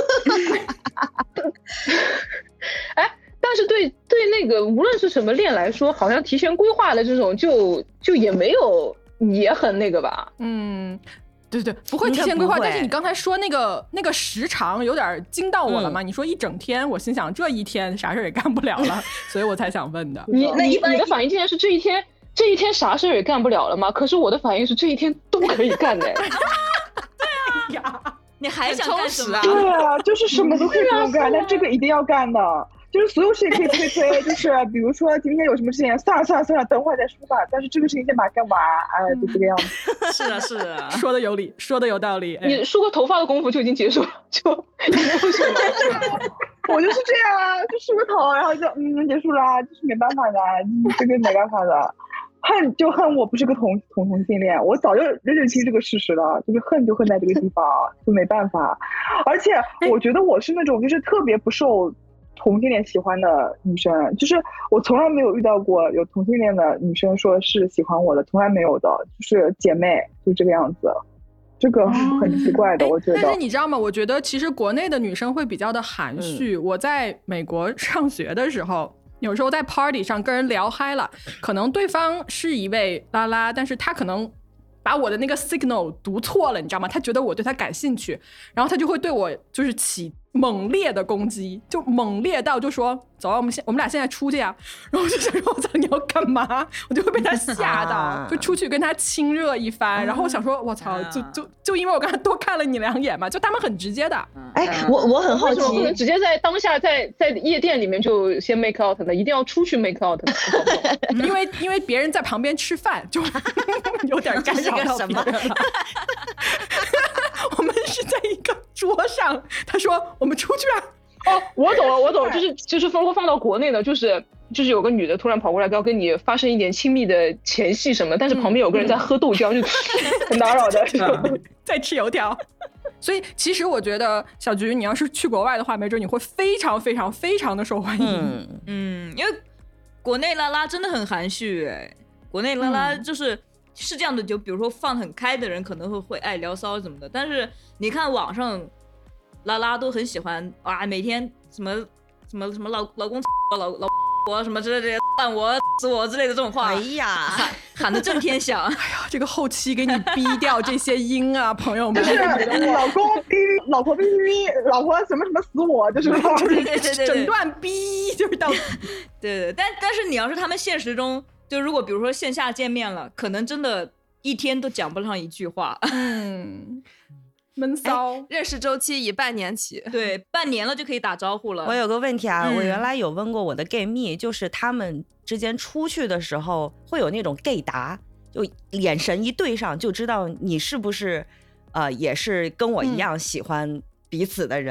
哎，但是对对那个无论是什么练来说，好像提前规划的这种就就也没有也很那个吧？ 嗯。对对，不会提前规划，但是你刚才说那个那个时长有点惊到我了嘛？嗯、你说一整天，我心想这一天啥事也干不了了，所以我才想问的。 你那你你的反应竟然是这一天这一天啥事也干不了了吗？可是我的反应是这一天都可以干的。 对啊，你还想干什么？ 对啊，就是什么都可以不用干，但这个一定要干的。就是所有事情可以推推，就是比如说今天有什么事情，算了算了算了，等会儿再说吧。但是这个事情先把它干完，哎，就这个样子。 是啊是啊， 说的有理，说的有道理。 你梳个头发的功夫就已经结束了，就没有什么。 我就是这样啊，就梳个头，然后就嗯结束啦，就是没办法的，这个没办法的。恨就恨我不是个同同同性恋，我早就认清这个事实了，就是恨就恨在这个地方，就没办法。而且我觉得我是那种就是特别不受同性恋喜欢的女生，就是我从来没有遇到过有同性恋的女生说是喜欢我的，从来没有的，就是姐妹就这个样子，这个很奇怪的，我觉得。 但是你知道吗？我觉得其实国内的女生会比较的含蓄。嗯、我在美国上学的时候，有时候在 party 上跟人聊嗨了，可能对方是一位拉拉，但是他可能把我的那个 signal 读错了，你知道吗？他觉得我对他感兴趣，然后他就会对我就是起猛烈的攻击，就猛烈到就说走啊，我们现我们俩现在出去啊。然后我就想说，我操，你要干嘛？我就会被他吓到，啊、就出去跟他亲热一番。啊、然后我想说，我操，就就就因为我刚才多看了你两眼嘛，就他们很直接的。 哎，我我很好奇， 不能直接在当下在在夜店里面就先 make out 呢？一定要出去 make out 呢？ 因为因为别人在旁边吃饭，就有点干扰到别人了。我们是在一个桌上，他说我们出去啊。 哦，我懂了，我懂了，就是就是包括放到国内的，就是就是有个女的突然跑过来要跟你发生一点亲密的前戏什么，但是旁边有个人在喝豆浆，嗯、就很打扰的， 在吃油条。所以其实我觉得小菊，你要是去国外的话，没准你会非常非常非常的受欢迎。 嗯，嗯因为国内拉拉真的很含蓄，哎，国内拉拉就是。嗯是这样的，就比如说放很开的人可能会会爱聊骚什么的，但是你看网上拉拉都很喜欢啊，每天什么什么什么老老公老老我什么之类的烂我死我之类的这种话， 哎呀， 喊喊得震天响。 哎呀，这个后期给你逼掉这些音啊，朋友们， 就是老公逼老婆逼逼，老婆什么什么死我，就是对对对对整段逼就是到对对，但但是你要是他们现实中。就如果比如说线下见面了，可能真的一天都讲不上一句话。 嗯，闷骚、 哎。认识周期以半年起， 对，半年了就可以打招呼了。 我有个问题啊， 嗯、 我原来有问过我的 gay 蜜，就是他们之间出去的时候会有那种 gay 答，就眼神一对上就知道你是不是呃也是跟我一样喜欢彼此的人。嗯、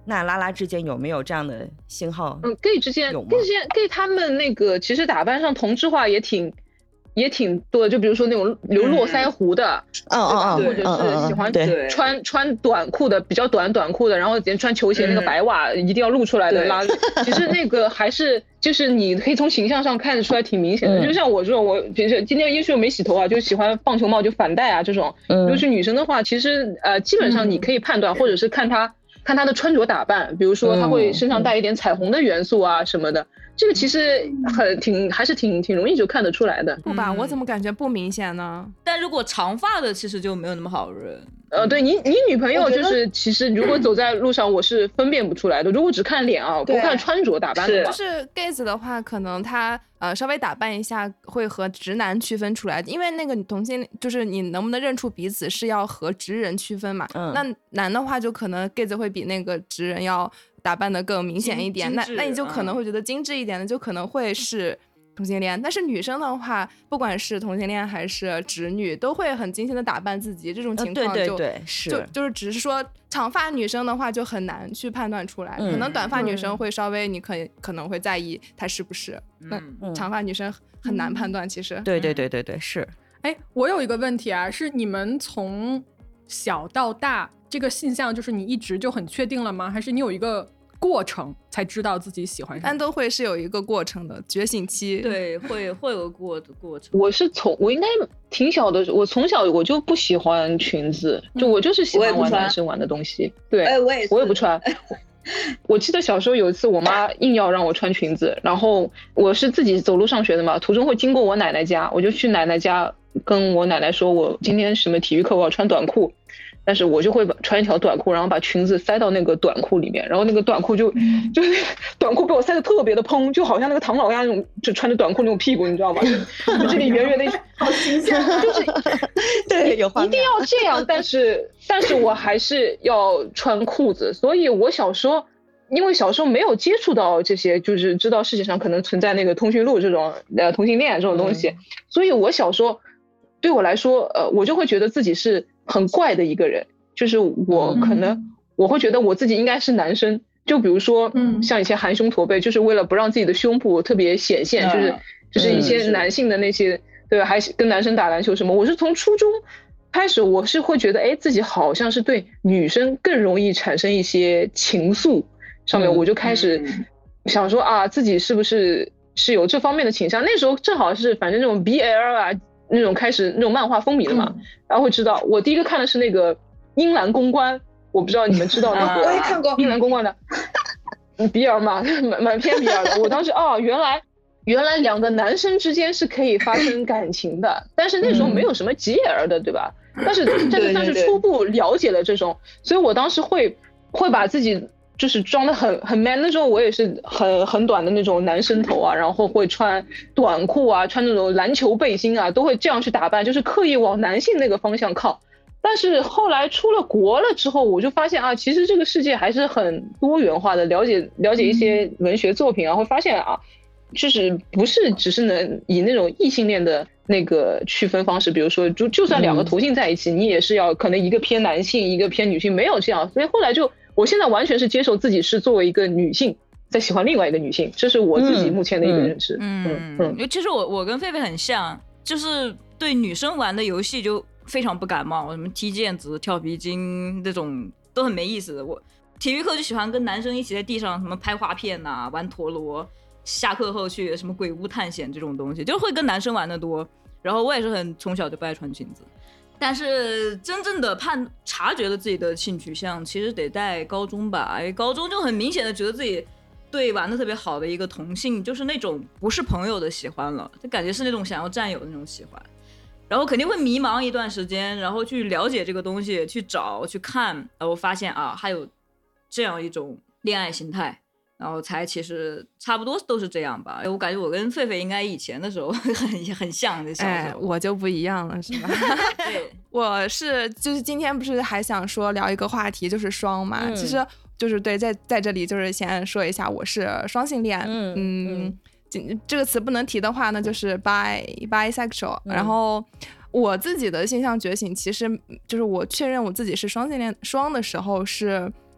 那拉拉之间有没有这样的信号？ 嗯 ，gay 之间 ，gay 之间 ，gay 他们那个其实打扮上同质化也挺也挺多的，就比如说那种留络腮胡的， 嗯嗯嗯， 或者是喜欢对穿穿短裤的，比较短短裤的，然后连穿球鞋那个白袜一定要露出来的拉，其实那个还是就是你可以从形象上看得出来挺明显的。就像我这种，我平时今天也许我没洗头啊，就喜欢棒球帽就反戴啊这种，如果是女生的话，其实呃基本上你可以判断，或者是看她。看她的穿着打扮，比如说她会身上带一点彩虹的元素啊什么的，这个其实很挺还是挺挺容易就看得出来的。 不吧，我怎么感觉不明显呢？ 但如果长发的其实就没有那么好认。 呃，对你你女朋友就是其实如果走在路上我是分辨不出来的，如果只看脸啊，不看穿着打扮的话， 就是 gays 的话，可能他呃稍微打扮一下会和直男区分出来，因为那个同性就是你能不能认出彼此是要和直人区分嘛。嗯、那男的话就可能 gays 会比那个直人要打扮的更明显一点，那那你就可能会觉得精致一点的、嗯、就可能会是同性恋。但是女生的话，不管是同性恋还是直女，都会很精心的打扮自己，这种情况就、呃、对对对是就就是只是说长发女生的话就很难去判断出来、嗯、可能短发女生会稍微你可以可能会在意她是不是，那、嗯、长发女生很难判断其实。 对对对对对是。 哎，我有一个问题啊，是你们从小到大这个性向就是你一直就很确定了吗？还是你有一个过程才知道自己喜欢什么？ 但都会是有一个过程的，觉醒期。 对，会会有个过过程。 我是从我应该挺小的，我从小我就不喜欢裙子，就我就是喜欢玩男生玩的东西。对， 哎，我也我也不穿。我记得小时候有一次，我妈硬要让我穿裙子，然后我是自己走路上学的嘛，途中会经过我奶奶家，我就去奶奶家跟我奶奶说，我今天什么体育课我要穿短裤。但是我就会穿一条短裤，然后把裙子塞到那个短裤里面，然后那个短裤就就是短裤被我塞得特别的蓬，就好像那个唐老鸭那种就穿着短裤那种屁股，你知道吗？就这里圆圆的， 好形象啊！ 就是对，有一定要这样，但是但是我还是要穿裤子，所以我小时候因为小时候没有接触到这些，就是知道世界上可能存在那个通讯录这种呃同性恋这种东西，嗯、所以我小时候对我来说，呃，我就会觉得自己是很怪的一个人，就是我可能我会觉得我自己应该是男生，就比如说，嗯，像以前含胸驼背，就是为了不让自己的胸部特别显现，就是就是一些男性的那些，对吧？还跟男生打篮球什么，我是从初中开始，我是会觉得，哎，自己好像是对女生更容易产生一些情愫，上面我就开始想说啊，自己是不是是有这方面的倾向？那时候正好是反正那种 B L 啊。那种开始那种漫画风靡的嘛、嗯，然后会知道我第一个看的是那个英兰公关，我不知道你们知道那个， 我也看过英兰公关的比尔嘛，蛮蛮偏比尔的。我当时哦，原来原来两个男生之间是可以发生感情的，但是那时候没有什么 G L 的，对吧？但是但是但是初步了解了这种，所以我当时会会把自己。就是装的很很 man， 那时候我也是很很短的那种男生头啊，然后会穿短裤啊，穿那种篮球背心啊，都会这样去打扮，就是刻意往男性那个方向靠。但是后来出了国了之后，我就发现啊，其实这个世界还是很多元化的。了解了解一些文学作品啊，会发现啊，就是不是只是能以那种异性恋的那个区分方式，比如说就就算两个同性在一起，你也是要可能一个偏男性，一个偏女性，没有这样。所以后来就。我现在完全是接受自己是作为一个女性在喜欢另外一个女性，这是我自己目前的一个认知。 嗯嗯嗯，因为其实我我跟狒狒很像，就是对女生玩的游戏就非常不感冒，什么踢毽子、跳皮筋这种都很没意思的。我体育课就喜欢跟男生一起在地上什么拍画片呐、啊、玩陀螺，下课后去什么鬼屋探险这种东西，就会跟男生玩的多。然后我也是很从小就不爱穿裙子。但是真正的判察觉了自己的性取向，其实得在高中吧。因为高中就很明显的觉得自己对玩的特别好的一个同性，就是那种不是朋友的喜欢了，就感觉是那种想要占有的那种喜欢。然后肯定会迷茫一段时间，然后去了解这个东西，去找去看，然后发现啊，还有这样一种恋爱形态。然后才其实差不多都是这样吧。我感觉我跟狒狒应该以前的时候很很像的小时候。 哎，我就不一样了，是吧？ 对， 我是就是今天不是还想说聊一个话题，就是双嘛。嗯、其实就是对，在在这里就是先说一下，我是双性恋。嗯嗯, 嗯，这个词不能提的话呢，就是 bi bisexual、嗯。然后我自己的性向觉醒，其实就是我确认我自己是双性恋双的时候是。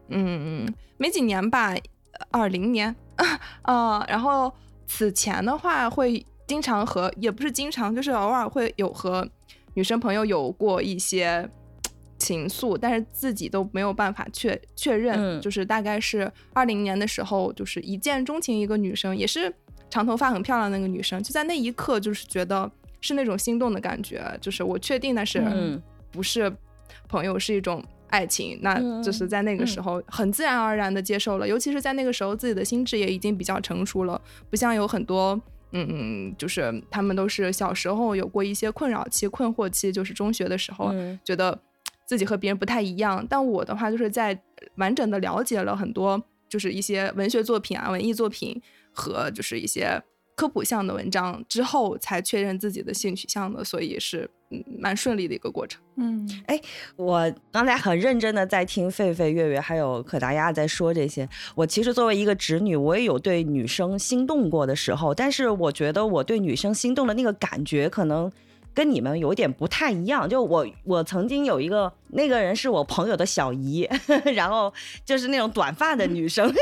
嗯嗯没几年吧，二零年，呃，然后此前的话会经常和，也不是经常，就是偶尔会有和女生朋友有过一些情愫，但是自己都没有办法确确认、嗯、就是大概是二零年的时候，就是一见钟情一个女生，也是长头发很漂亮的那个女生，就在那一刻就是觉得是那种心动的感觉，就是我确定那是不是朋友，是一种爱情，那就是在那个时候很自然而然的接受了、嗯、尤其是在那个时候自己的心智也已经比较成熟了，不像有很多嗯嗯，就是他们都是小时候有过一些困扰期困惑期，就是中学的时候、嗯、觉得自己和别人不太一样，但我的话就是在完整的了解了很多就是一些文学作品啊文艺作品和就是一些科普向的文章之后才确认自己的性取向的，所以是嗯蛮顺利的一个过程。 嗯，哎，我刚才很认真的在听狒狒、月月还有可达鸭在说这些，我其实作为一个直女，我也有对女生心动过的时候，但是我觉得我对女生心动的那个感觉可能跟你们有点不太一样。就我我曾经有一个那个人是我朋友的小姨，然后就是那种短发的女生。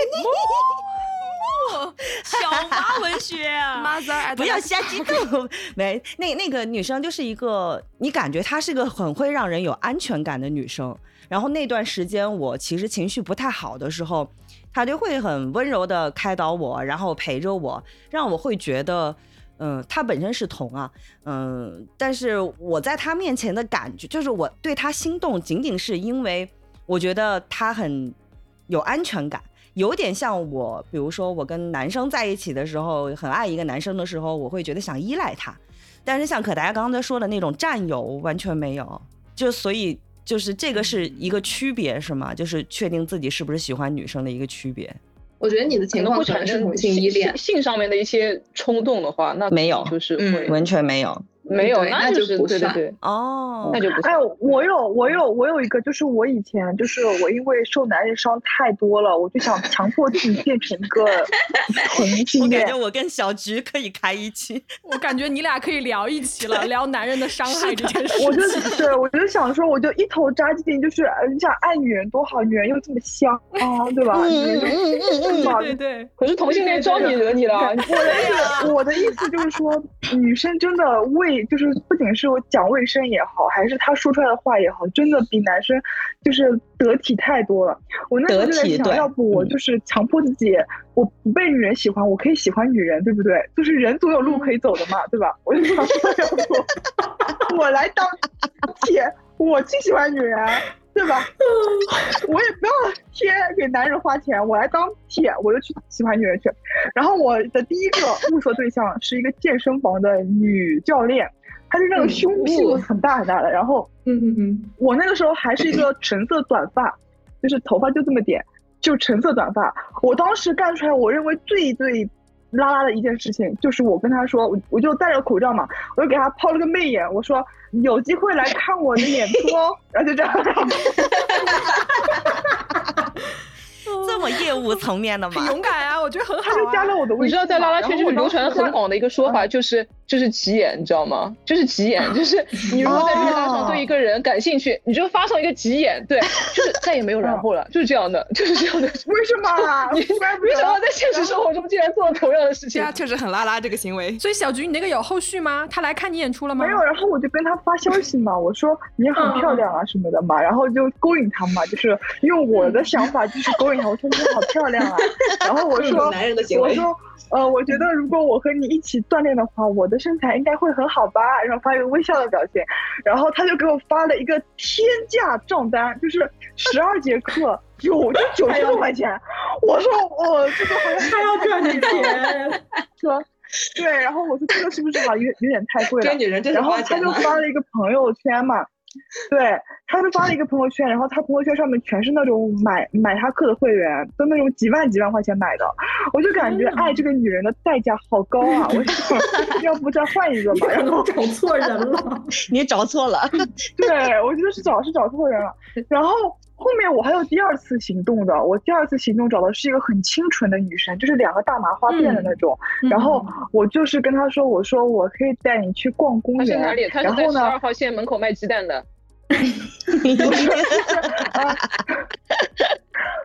小妈文学啊不要瞎激动。没，那那个女生就是一个，你感觉她是个很会让人有安全感的女生，然后那段时间我其实情绪不太好的时候，她就会很温柔的开导我，然后陪着我，让我会觉得嗯，她本身是同啊，嗯，但是我在她面前的感觉就是我对她心动仅仅是因为我觉得她很有安全感，有点像我比如说我跟男生在一起的时候，很爱一个男生的时候，我会觉得想依赖他，但是像可达刚才说的那种占有完全没有，就所以就是这个是一个区别是吗？就是确定自己是不是喜欢女生的一个区别。 我觉得你的情况会产生同性依恋， 性上面的一些冲动的话，那没有， 就是会、 嗯、完全没有。 没有，那就不算。 对对对， 哦， 那就不算。 哎，我有，我有，我有一个，就是我以前，就是我因为受男人伤太多了，我就想强迫自己变成一个同性恋。 我感觉我跟小菊可以开一期， 我感觉你俩可以聊一期了，聊男人的伤害这件事情。 我就是我就想说，我就一头扎进，就是你想爱女人多好，女人又这么香啊，对吧？ 嗯嗯嗯，对对。 可是同性恋招你惹你了。 我的意思，我的意思就是说，女生真的为。就是不仅是我讲卫生也好，还是他说出来的话也好，真的比男生就是得体太多了。我那时候就在想，要不我就是强迫自己，我不被女人喜欢，我可以喜欢女人，对不对？就是人总有路可以走的嘛，对吧？我就想说，要不我来当铁，我去喜欢女人。对吧？我也不要贴给男人花钱，我来当铁，我就去喜欢女人去。然后我的第一个物色对象是一个健身房的女教练，她是那种胸屁股很大很大的。然后，嗯嗯嗯，我那个时候还是一个橙色短发，就是头发就这么点，就橙色短发。我当时干出来，我认为最最拉拉的一件事情，就是我跟他说，我我就戴着口罩嘛，我就给他抛了个媚眼，我说有机会来看我的演出哦，然后就这样。 这么业务层面的吗？ 很勇敢啊，我觉得很好、啊。 他就加了我的微信， 你知道在拉拉圈就是流传很广的一个说法，就是就是急眼，你知道吗？就是急眼，就是你如果在绿搭上对一个人感兴趣，你就发送一个急眼，对，就是再也没有然后了，就是这样的，就是这样的。 为什么？ 你为什么在现实生活中竟然做了同样的事情？ 对啊，确实很拉拉这个行为。 所以小菊，你那个有后续吗？他来看你演出了吗？ 没有，然后我就跟他发消息嘛，我说你很漂亮啊什么的嘛，然后就勾引他嘛，就是用我的想法就是勾引他，我说你好漂亮啊，然后我说男人的行为， 我说呃，我觉得如果我和你一起锻炼的话，我的身材应该会很好吧，然后发一个微笑的表情，然后他就给我发了一个天价账单，就是十二节课有就九十多块钱，我说我这个好像他要赚你钱， 说对，然后我说这个是不是好有有点太贵了？ 这女人真是然后他就发了一个朋友圈嘛。对，他就发了一个朋友圈，然后他朋友圈上面全是那种买买他课的会员，都那种几万几万块钱买的，我就感觉爱这个女人的代价好高啊！我想要不再换一个吧，然后找错人了， 你找错了， 对，我觉得是找是找错人了。然后后面我还有第二次行动的，我第二次行动找的是一个很清纯的女生，就是两个大麻花辫的那种，嗯、然后我就是跟她说，我说我可以带你去逛公园， 她是哪里？她是在十二号线门口卖鸡蛋的。 不是，啊，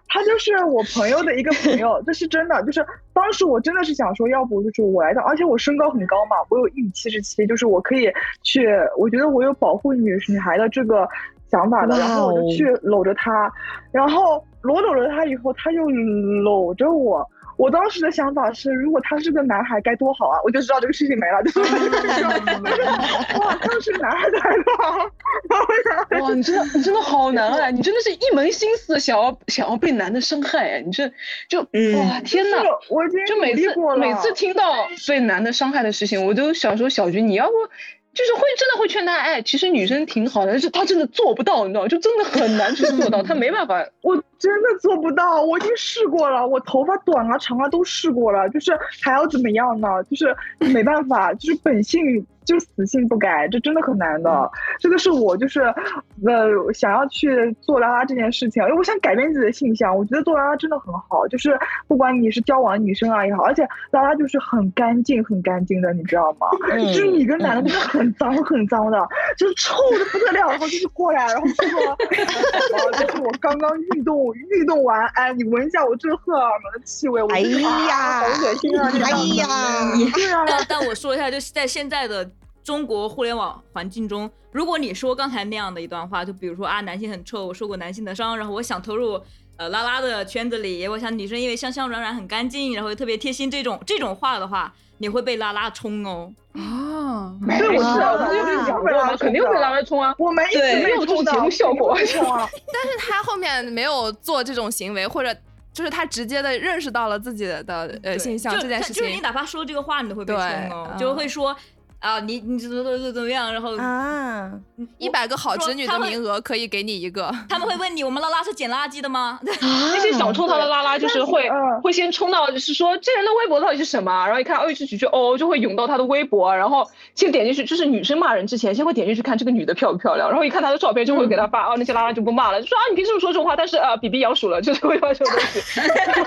他就是我朋友的一个朋友，这是真的。就是当时我真的是想说，要不就是我来当，而且我身高很高嘛，我有一米七十七，就是我可以去，我觉得我有保护女女孩的这个想法的，然后我就去搂着他，然后我搂着他以后，他就搂着我。我当时的想法是，如果他是个男孩该多好啊！我就知道这个事情没了，就是哇，他是男孩该多好！ 哇，你真的你真的好难啊！你真的是一门心思想要想要被男的伤害，哎，你这就哇天哪！ 我已经就每次每次听到被男的伤害的事情，我都想说小菊，你要不就是会真的会劝他，哎，其实女生挺好的，但是他真的做不到，你知道吗？就真的很难去做到，他没办法。 我真的做不到，我已经试过了，我头发短啊长啊都试过了，就是还要怎么样呢？就是没办法，就是本性就死性不改，这真的很难的。嗯、这个是我就是呃想要去做拉拉这件事情，因为我想改变自己的性向，我觉得做拉拉真的很好，就是不管你是交往女生啊也好，而且拉拉就是很干净很干净的，你知道吗？嗯、就是你跟男的真的很脏很脏的，就是臭的不得了，然后就是过来，然后就说，然后就是我刚刚运动运动完，哎，你闻一下我这个荷尔蒙的气味，我哎呀， 好恶心啊！ 哎呀， 对啊。但但我说一下，就是在现在的中国互联网环境中，如果你说刚才那样的一段话，就比如说啊，男性很臭，我受过男性的伤，然后我想投入呃拉拉的圈子里，我想女生因为香香软软很干净，然后又特别贴心，这种这种话的话，你会被拉拉冲哦。 啊， 没有是啊，我肯定会讲会拉，肯定会拉拉冲啊。 我们一直没有冲的节目效果冲啊。但是他后面没有做这种行为，或者就是他直接的认识到了自己的呃性向这件事情。 就是你哪怕说这个话，你都会被冲哦，就会说。啊，你你怎么怎么怎么样？然后啊， 一百个好侄女的名额可以给你一个。 他们会问你，我们拉拉是捡垃圾的吗？ 那些想冲他的拉拉，就是会会先冲到，就是说这人的微博到底是什么？然后一看，哦，这几句哦，就会涌到他的微博，然后先点进去，就是女生骂人之前，先会点进去看这个女的漂不漂亮，然后一看她的照片，就会给她发，哦，那些拉拉就不骂了，就说啊，你凭什么说这种话？但是呃，比比咬鼠了，就是会发这种东西。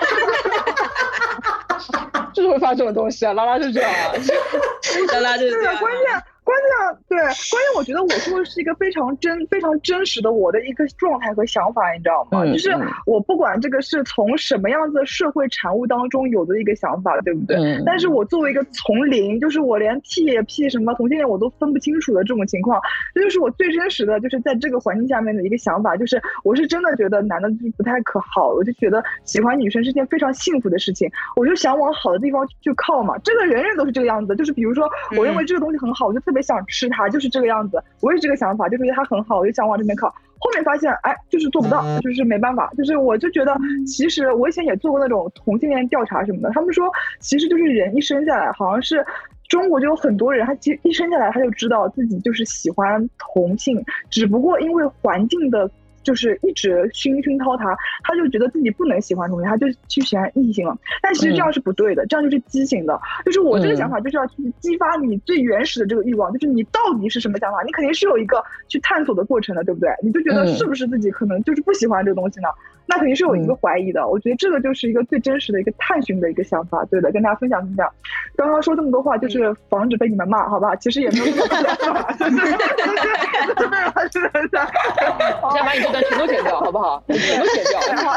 就是会发这种东西啊，拉拉就这样啊，拉拉就是这样。 关键关键对，关键我觉得我说的是一个非常真、非常真实的我的一个状态和想法，你知道吗？嗯、就是我不管这个是从什么样子的社会产物当中有的一个想法，对不对？嗯、但是我作为一个从零，就是我连 T P 什么同性恋我都分不清楚的这种情况，这就是我最真实的，就是在这个环境下面的一个想法，就是我是真的觉得男的就是不太可好，我就觉得喜欢女生是件非常幸福的事情，我就想往好的地方去靠嘛。这个人人都是这个样子，就是比如说我认为这个东西很好，我就特别想吃它，就是这个样子。我也是这个想法，就觉得它很好，我就想往这边靠。后面发现，哎，就是做不到，就是没办法。就是我就觉得，其实我以前也做过那种同性恋调查什么的，他们说，其实就是人一生下来，好像是中国就有很多人，他其实一生下来他就知道自己就是喜欢同性，只不过因为环境的。就是一直熏熏陶他，他就觉得自己不能喜欢同性，他就去喜欢异性了。但其实这样是不对的，嗯、这样就是畸形的。就是我这个想法，就是要去激发你最原始的这个欲望，就是你到底是什么想法，你肯定是有一个去探索的过程的，对不对？你就觉得是不是自己可能就是不喜欢这个东西呢？那肯定是有一个怀疑的。嗯、我觉得这个就是一个最真实的一个探寻的一个想法，对的，跟大家分享分享。刚刚说这么多话，就是防止被你们骂，好吧？其实也没有那么多，就是就是没有是的， 先把你这段全都剪掉，好不好？全都剪掉，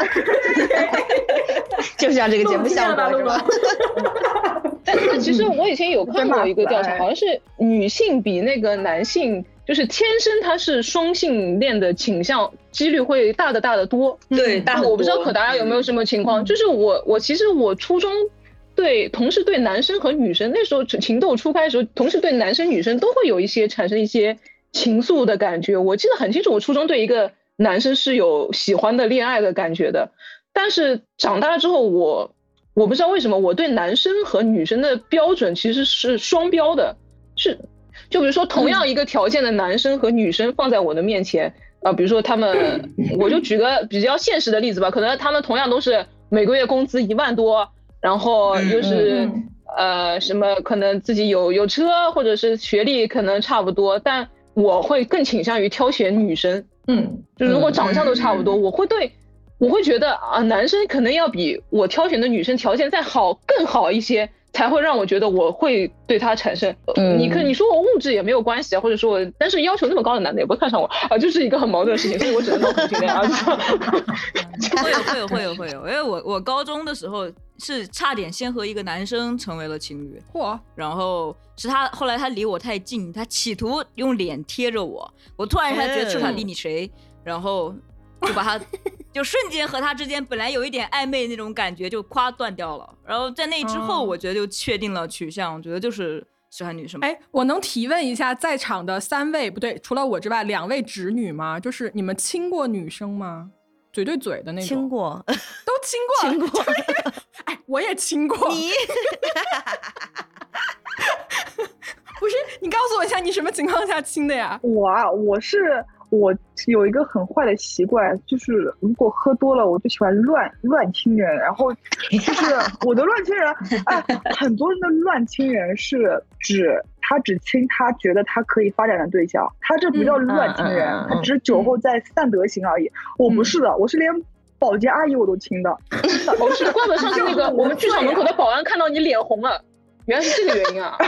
就像这个节目效果是吧？ 但是其实我以前有看过一个调查，好像是女性比那个男性。就是天生他是双性恋的倾向几率会大的大的多， 对，大很多。 我不知道可达有没有什么情况，嗯、就是我我其实我初中对同时对男生和女生那时候情窦初开的时候，同时对男生女生都会有一些产生一些情愫的感觉。我记得很清楚，我初中对一个男生是有喜欢的恋爱的感觉的，但是长大之后我我不知道为什么我对男生和女生的标准其实是双标的，是。就比如说同样一个条件的男生和女生放在我的面前啊、呃，比如说他们，我就举个比较现实的例子吧，可能他们同样都是每个月工资一万多，然后又是呃什么可能自己有有车或者是学历可能差不多，但我会更倾向于挑选女生，嗯，就如果长相都差不多，我会对我会觉得啊男生可能要比我挑选的女生条件再好更好一些。 才会让我觉得我会对他产生，嗯、你可你说我物质也没有关系啊，或者说我，但是要求那么高的男的也不会看上我啊，就是一个很矛盾的事情，所以我只能当同性恋啊。 会有会有会有会有，因为我我高中的时候是差点先和一个男生成为了情侣， 嚯！ 然后是他后来他离我太近，他企图用脸贴着我，我突然一下觉得这他离你谁，然后就把他就瞬间和他之间本来有一点暧昧那种感觉就夸断掉了，然后在那之后我觉得就确定了取向，我觉得就是喜欢女生。 哎，我能提问一下在场的三位，不对，除了我之外两位直女吗？就是你们亲过女生吗？嘴对嘴的那种？ 亲过， 都亲过， 亲过。 哎，我也亲过。 你不是，你告诉我一下，你什么情况下亲的呀？ 我啊，我是我有一个很坏的习惯，就是如果喝多了，我就喜欢乱乱亲人。然后就是我的乱亲人，哎，很多人的乱亲人是指他只亲他觉得他可以发展的对象，他这不叫乱亲人，嗯、他只是酒后在散德行而已。嗯、我不是的，我是连保洁阿姨我都亲的。 我是怪不得上次那个我们剧场门口的保安看到你脸红了。原来是这个原因啊！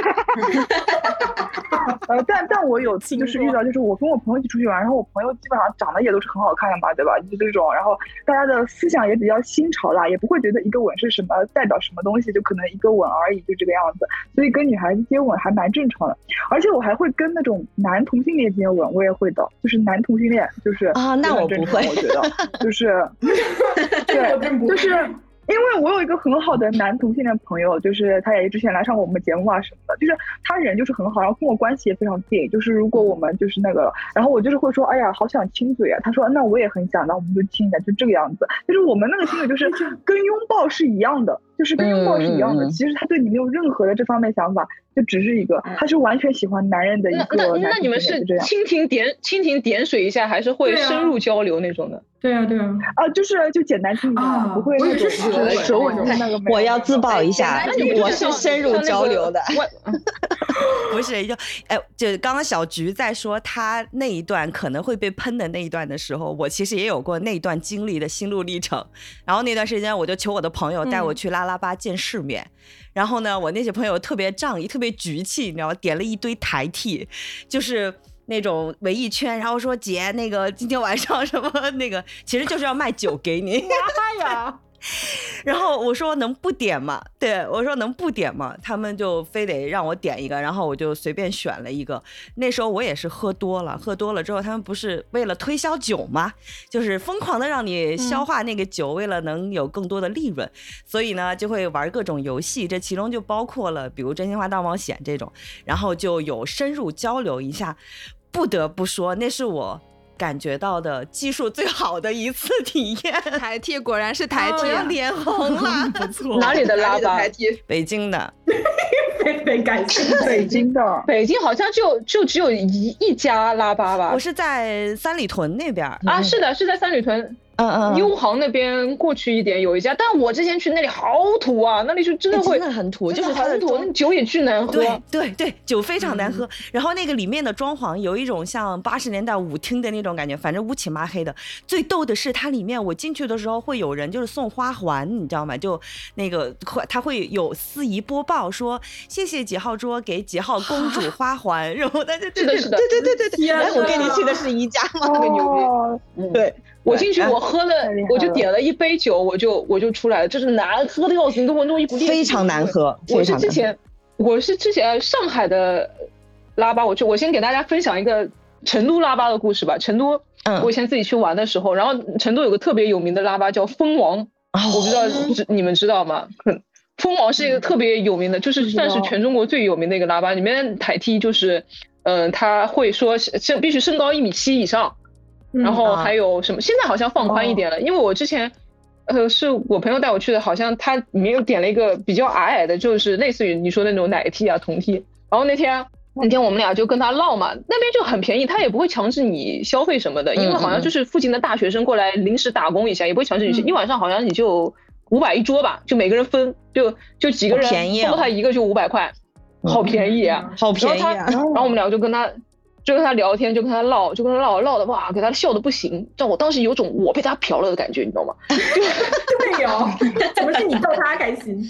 呃，但但我有次就是遇到，就是我跟我朋友一起出去玩，然后我朋友基本上长得也都是很好看的嘛，对吧？就这种，然后大家的思想也比较新潮啦，也不会觉得一个吻是什么代表什么东西，就可能一个吻而已，就这个样子。所以跟女孩子接吻还蛮正常的，而且我还会跟那种男同性恋接吻，我也会的，就是男同性恋就是啊，那我不会， 我觉得就是对，就是。因为我有一个很好的男同性恋朋友，就是他也之前来上过我们节目啊什么的，就是他人就是很好，然后跟我关系也非常近，就是如果我们就是那个，然后我就是会说，哎呀，好想亲嘴啊，他说那我也很想，那我们就亲一下，就这个样子，就是我们那个亲嘴就是跟拥抱是一样的，就是跟拥抱是一样的，嗯、其实他对你没有任何的这方面想法，就只是一个，他是完全喜欢男人的一个那那那你们是蜻蜓点蜻蜓点水一下，还是会深入交流那种的？ 对啊对啊， 啊就是就简单亲一下，啊、不会那种舌吻那个。 我要自曝一下，我是深入交流的。不是就哎，就刚刚小菊在说他那一段可能会被喷的那一段的时候，我其实也有过那段经历的心路历程。然后那段时间我就求我的朋友带我去拉拉巴见世面。嗯、然后呢，我那些朋友特别仗义，特别局气，你知道吗？点了一堆台替，就是那种围一圈，然后说姐，那个今天晚上什么那个，其实就是要卖酒给你。 妈呀！ 然后我说能不点吗？对，我说能不点吗？他们就非得让我点一个，然后我就随便选了一个。那时候我也是喝多了，喝多了之后，他们不是为了推销酒吗？就是疯狂的让你消化那个酒，嗯、为了能有更多的利润，所以呢就会玩各种游戏，这其中就包括了比如真心话大冒险这种，然后就有深入交流一下。不得不说，那是我感觉到的技术最好的一次体验。 台替果然是台替， 要脸红了。 不错。 哪里的拉巴？ 台替？ 北京的。 被感谢。 北京的。 北京好像就就只有一一家拉巴吧？ 我是在三里屯那边啊，是的，是在三里屯。 嗯嗯， 优航那边过去一点有一家，但我之前去那里好土啊，那里是真的会、 欸、真的很土，就是很土，那酒也巨难喝。 对对对，酒非常难喝。嗯、然后那个里面的装潢有一种像八十年代舞厅的那种感觉，反正乌漆麻黑的。最逗的是它里面我进去的时候会有人就是送花环，你知道吗？就那个他会有司仪播报说谢谢几号桌给几号公主花环，然后他就对对对对对对对，哎，我跟你去的是一家吗？那个牛逼，对。 我进去，我喝了，我就点了一杯酒，我就我就出来了，就是难喝的要死，你都闻到一股烈， 非常难喝。 我是之前，我是之前上海的拉巴，我就我先给大家分享一个成都拉巴的故事吧。成都，嗯、我以前自己去玩的时候，然后成都有个特别有名的拉巴叫蜂王，哦、我不知道你们知道吗？蜂王是一个特别有名的，就是算是全中国最有名的一个拉巴，里面台替就是，嗯、呃，他会说身必须身高一米七以上。然后还有什么？现在好像放宽一点了，因为我之前，呃，是我朋友带我去的，好像他里面又点了一个比较矮矮的，就是类似于你说的那种奶替啊、酮替。然后那天那天我们俩就跟他唠嘛，那边就很便宜，他也不会强制你消费什么的，因为好像就是附近的大学生过来临时打工一下，也不会强制你，一晚上好像你就五百一桌吧，就每个人分，就就几个人分他一个就五百块，好便宜啊， 好便宜啊。 然后我们俩就跟他。就跟他聊天，就跟他唠，就跟他唠唠的哇，给他笑的不行，让我当时有种我被他嫖了的感觉，你知道吗？ 对哦，怎么是你逗他开心？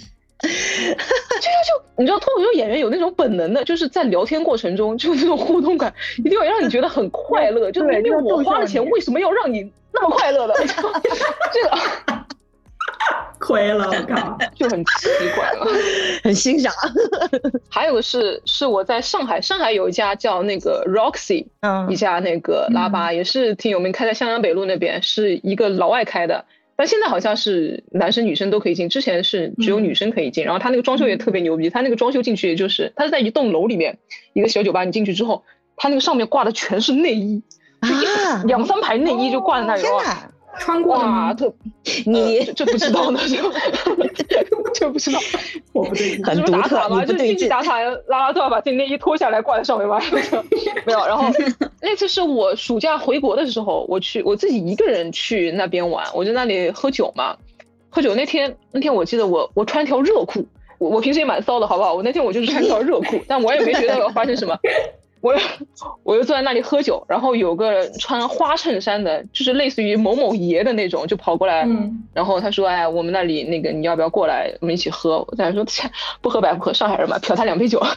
这个就你知道，脱口秀演员有那种本能的，就是在聊天过程中，就那种互动感，一定要让你觉得很快乐。就明明我花了钱，为什么要让你那么快乐的？这个亏了，我靠， 就很奇怪了， 很欣赏。 还有个是是我在上海，上海有一家叫那个 Roxy， 嗯，一家那个拉吧、嗯、也是挺有名，开在襄阳北路那边，是一个老外开的。但现在好像是男生女生都可以进，之前是只有女生可以进。嗯、然后他那个装修也特别牛逼，他那个装修进去也就是他是在一栋楼里面一个小酒吧，你进去之后，他那个上面挂的全是内衣，就一两、啊、三排内衣就挂在那里了。 哦穿过了吗？ 特你、 呃、这不知道呢，就就不知道， 我不对， 很独特， 打嘛，就进去打卡，拉拉都要把自己内衣脱下来挂在上面吧，没有。然后那次是我暑假回国的时候，我去我自己一个人去那边玩，我在那里喝酒嘛，喝酒那天那天我记得我我穿条热裤，我我平时也蛮骚的，好不好？我那天我就是穿条热裤，但我也没觉得要发生什么。我我又坐在那里喝酒，然后有个穿花衬衫的，就是类似于某某爷的那种，就跑过来，嗯、然后他说：“哎，我们那里那个你要不要过来，我们一起喝？”我在那说：“不喝白不喝，上海人嘛，嫖他两杯酒。”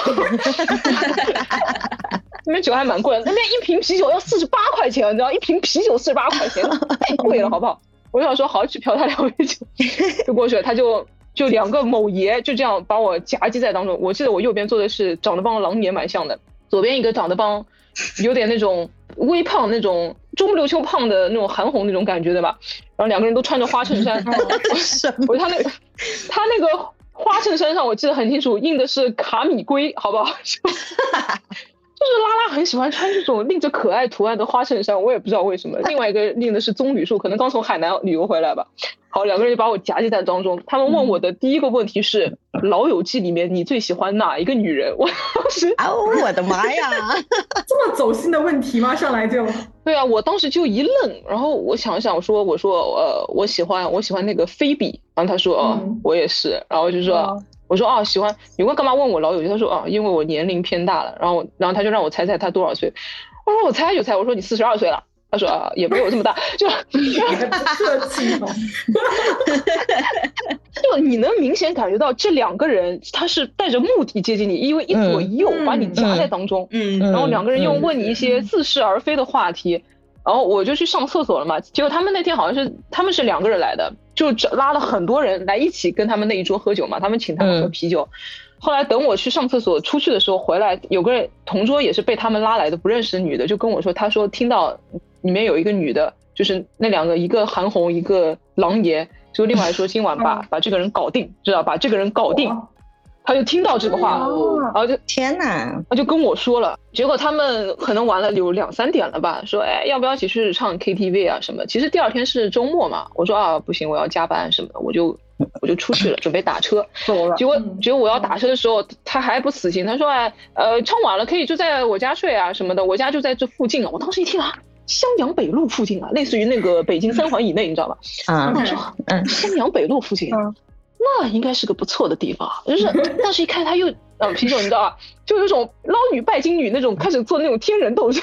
那边酒还蛮贵的，那边一瓶啤酒要四十八块钱，你知道，一瓶啤酒四十八块钱，太贵了，好不好？我就想说好去嫖他两杯酒，就过去了，他就。就两个某爷就这样把我夹击在当中。我记得我右边坐的是长得帮狼爷蛮像的，左边一个长得帮有点那种微胖那种中不溜秋胖的那种韩红那种感觉的吧。然后两个人都穿着花衬衫，我他那个他那个花衬衫上我记得很清楚，印的是卡米龟，好不好？就是拉拉很喜欢穿这种印着可爱图案的花衬衫，我也不知道为什么。另外一个印的是棕榈树，可能刚从海南旅游回来吧。好，两个人就把我夹击在当中。他们问我的第一个问题是：《老友记》里面你最喜欢哪一个女人？我当时， 哦，我的妈呀， 这么走心的问题吗？上来就？ 对啊，我当时就一愣，然后我想想，我说，我说，呃，我喜欢，我喜欢那个菲比。然后他说，哦，嗯、我也是。然后就说。嗯我说啊，喜欢你问干嘛问我老友记？他说啊，因为我年龄偏大了。然后，然后他就让我猜猜他多少岁。我说我猜就猜。我说你四十二岁了。他说啊，也没有这么大，就你还不客气哦。 就你能明显感觉到这两个人他是带着目的接近你，因为一左一右把你夹在当中，嗯，然后两个人又问你一些似是而非的话题。然后我就去上厕所了嘛，结果他们那天好像是他们是两个人来的，就拉了很多人来一起跟他们那一桌喝酒嘛，他们请他们喝啤酒。嗯、后来等我去上厕所出去的时候回来，有个人同桌也是被他们拉来的不认识的女的，就跟我说，他说听到里面有一个女的，就是那两个，一个韩红一个狼爷，就另外说今晚把把这个人搞定，知道把这个人搞定。他就听到这个话，哦、然后就天哪， 他就跟我说了。结果他们可能玩了有两三点了吧，说哎要不要一起去唱 K T V 啊什么？其实第二天是周末嘛，我说啊不行，我要加班什么的，我就我就出去了，准备打车。结果结果我要打车的时候，他还不死心，他说哎呃唱完了可以就在我家睡啊什么的，我家就在这附近啊。我当时一听啊，襄阳北路附近啊，类似于那个北京三环以内，你知道吧？啊，我说嗯，襄阳北路附近。嗯，那应该是个不错的地方，就是但是一看他又嗯啤酒，你知道吧，就有种捞女拜金女那种，开始做那种天人斗争，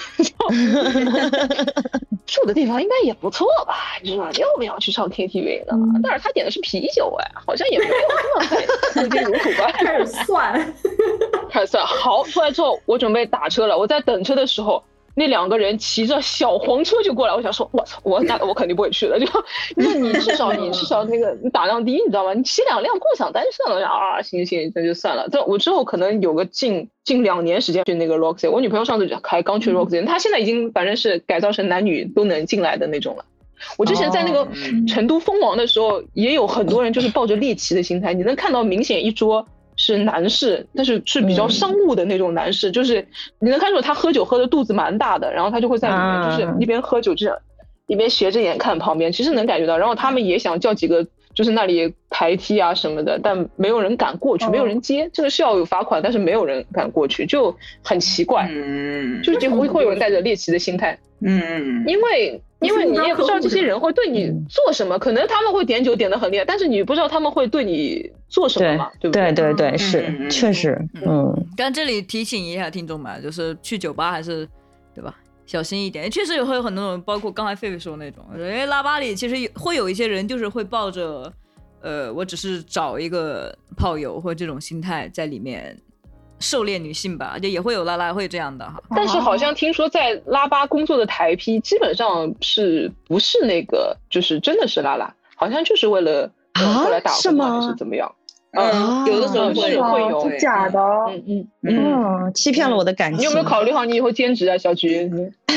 住的地方应该也不错吧？你说要不要去唱 K T V 呢？嗯、但是他点的是啤酒，哎，好像也没有这么挥金如土吧？ 开始算， 开始算。好，出来之后我准备打车了，我在等车的时候。那两个人骑着小黄车就过来，我想说，我操，我那我肯定不会去的。就因为你至少你至少那个你打量低，你知道吗？你骑两辆共享单车了，啊，行行，那就算了。这我之后可能有个近近两年时间去那个 Roxy， 我女朋友上次还刚去 Roxy， 她现在已经反正是改造成男女都能进来的那种了。我之前在那个成都封王的时候，也有很多人就是抱着猎奇的心态，你能看到明显一桌。是男士，但是是比较商务的那种男士，嗯、就是你能看出他喝酒喝的肚子蛮大的，然后他就会在里面就是一边喝酒这样，一边斜着眼看旁边，其实能感觉到。然后他们也想叫几个就是那里台梯啊什么的，但没有人敢过去，没有人接。这个是要有罚款，但是没有人敢过去，就很奇怪。嗯，就是会会有人带着猎奇的心态。嗯，因为。因为你也不知道这些人会对你做什么，可能他们会点酒点得很厉害，但是你不知道他们会对你做什么嘛， 对, 对不对？ 对对对，是、嗯、确实，嗯。 但这里提醒一下听众们，就是去酒吧还是对吧，小心一点。确实也会有很多人，包括刚才狒狒说那种，因为拉吧里其实会有一些人就是会抱着呃，我只是找一个炮友或这种心态在里面狩猎女性吧，就也会有拉拉会这样的哈。 但是好像听说在拉巴工作的台批基本上是不是那个就是真的是拉拉，好像就是为了过来打工还是怎么样？ 嗯，有的时候会会有是假的， 嗯嗯嗯，欺骗了我的感情。 你有没有考虑好你以后兼职啊，小菊？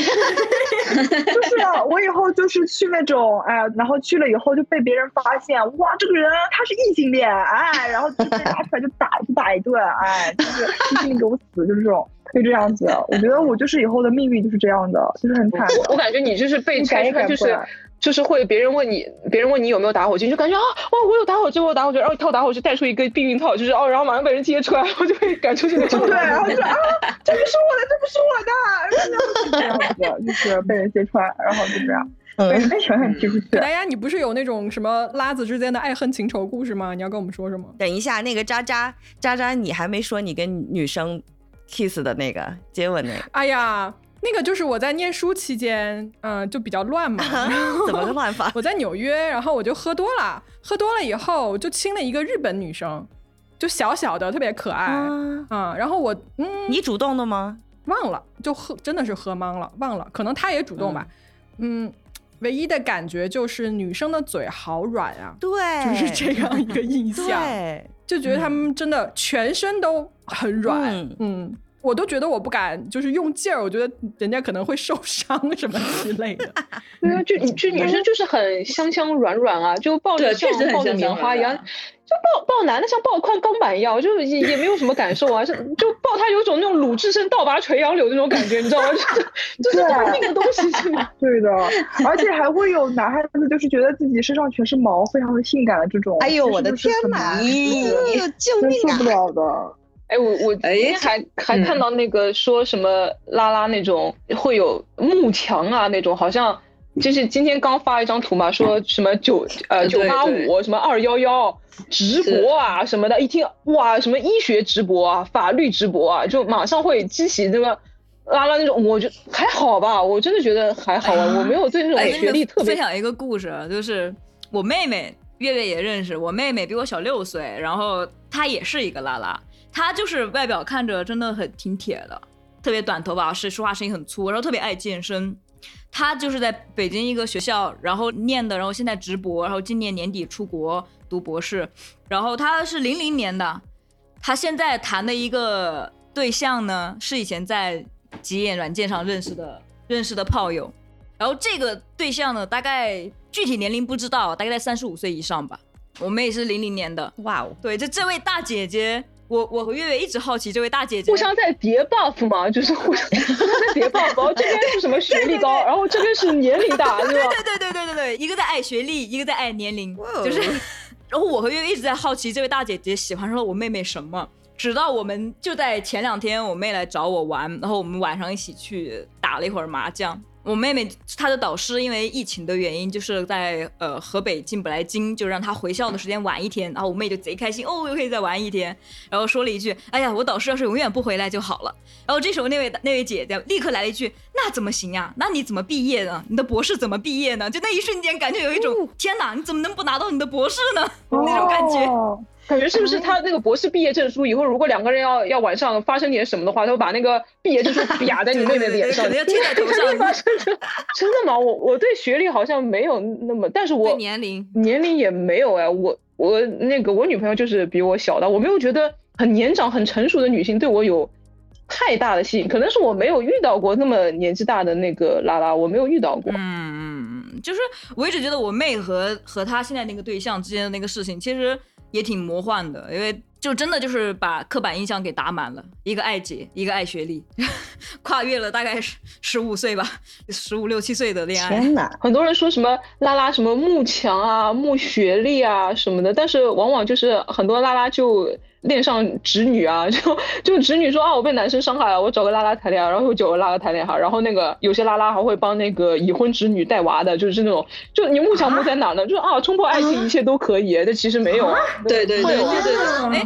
就是我以后就是去那种哎，然后去了以后就被别人发现，哇，这个人他是异性恋，哎，然后就被拿出来就打就打一顿，哎，就是异性恋给我死，就是这种，就这样子。我觉得我就是以后的命运就是这样的，就是很惨。 我我感觉你就是被拆穿，就是就是会别人问你，别人问你有没有打火机，你就感觉啊，哇，我有打火机，我有打火机，然后一套打火机带出一个避孕套，就是哦，然后马上被人揭出来，然后就被赶出去那种。 对，然后就啊，这不是我的，这不是我的，然后就这样子，就是被人揭穿，然后就这样。被人狠狠踢出去。 大家，你不是有那种什么拉子之间的爱恨情仇故事吗？你要跟我们说什么？ 等一下，那个渣渣渣渣，你还没说你跟女生 kiss 的那个接吻那个。 哎呀，那个就是我在念书期间，嗯、呃，就比较乱嘛。 怎么个乱法？ 我在纽约，然后我就喝多了，喝多了以后就亲了一个日本女生，就小小的，特别可爱。嗯，嗯然后我，嗯， 你主动的吗？ 忘了，就喝，真的是喝懵了，忘了，可能他也主动吧。嗯。嗯唯一的感觉就是女生的嘴好软啊， 对， 就是这样一个印象， 对， 就觉得他们真的全身都很软，嗯，嗯我都觉得我不敢就是用劲儿，我觉得人家可能会受伤什么之类的。 对啊，就就女生就是很香香软软啊，就抱着像抱着棉花一样。就抱抱男的像抱块钢板一样，就也也没有什么感受啊，就就抱他有种那种鲁智深倒拔垂杨柳那种感觉，你知道吗？就是就是那个东西， 对的，而且还会有男孩子就是觉得自己身上全是毛，非常的性感的这种。 哎呦，我的天哪！咦，救命啊！ 受不了的。 哎，我我今天还还看到那个说什么拉拉那种会有幕墙啊那种，好像。就是今天刚发一张图嘛，说什么九呃九八五什么二幺幺直播啊什么的，一听哇什么医学直播啊、法律直播啊，就马上会激起这个拉拉那种，我觉得还好吧，我真的觉得还好啊，哎、我没有对那种学历特别。 分享一个故事，就是我妹妹月月也认识，我妹妹比我小六岁，然后她也是一个拉拉，她就是外表看着真的很挺铁的，特别短头发，是说话声音很粗，然后特别爱健身。他就是在北京一个学校，然后念的，然后现在直博，然后今年年底出国读博士。然后他是零零年的，他现在谈的一个对象呢，是以前在极眼软件上认识的认识的炮友。然后这个对象呢，大概具体年龄不知道，大概在三十五岁以上吧。我妹是零零年的， 哇哦， 对，这这位大姐姐。我我和月月一直好奇这位大姐姐互相在叠 buff 嘛，就是互相在叠 buff， 然后这边是什么学历高，对对对，然后这边是年龄大，是吧？ 对对对对对对对，一个在爱学历，一个在爱年龄，就是。然后我和月月一直在好奇这位大姐姐喜欢上了我妹妹什么，直到我们就在前两天，我妹来找我玩，然后我们晚上一起去打了一会儿麻将。我妹妹她的导师因为疫情的原因，就是在呃河北进不来京，就让她回校的时间晚一天。然后我妹就贼开心，哦，又可以再玩一天。然后说了一句：“哎呀，我导师要是永远不回来就好了。”然后这时候那位那位姐姐立刻来了一句：“那怎么行呀？那你怎么毕业呢？你的博士怎么毕业呢？”就那一瞬间感觉有一种、哦、天哪，你怎么能不拿到你的博士呢？哦、那种感觉。 感觉是不是他那个博士毕业证书以后，如果两个人要要晚上发生点什么的话，他会把那个毕业证书啪在你妹妹脸上， 可能要贴在头上。 真的吗？我我对学历好像没有那么，但是我对年龄年龄也没有哎，我我那个我女朋友就是比我小的，我没有觉得很年长很成熟的女性对我有太大的吸引，可能是我没有遇到过那么年纪大的那个拉拉，我没有遇到过。 嗯嗯嗯，就是我一直觉得我妹和和她现在那个对象之间的那个事情，其实。也挺魔幻的，因为就真的就是把刻板印象给打满了，一个爱姐，一个爱学历，跨越了大概十五岁吧，十五六七岁的恋爱。 天哪！很多人说什么拉拉什么慕强啊、慕学历啊什么的，但是往往就是很多拉拉就恋上直女啊，就就直女说啊，我被男生伤害了，我找个拉拉谈恋爱，然后又找个拉拉谈恋爱，然后那个有些拉拉还会帮那个已婚直女带娃的，就是那种，就你慕强慕在哪呢？就是啊，冲破爱情一切都可以，但其实没有。 对对对对对对。 哎，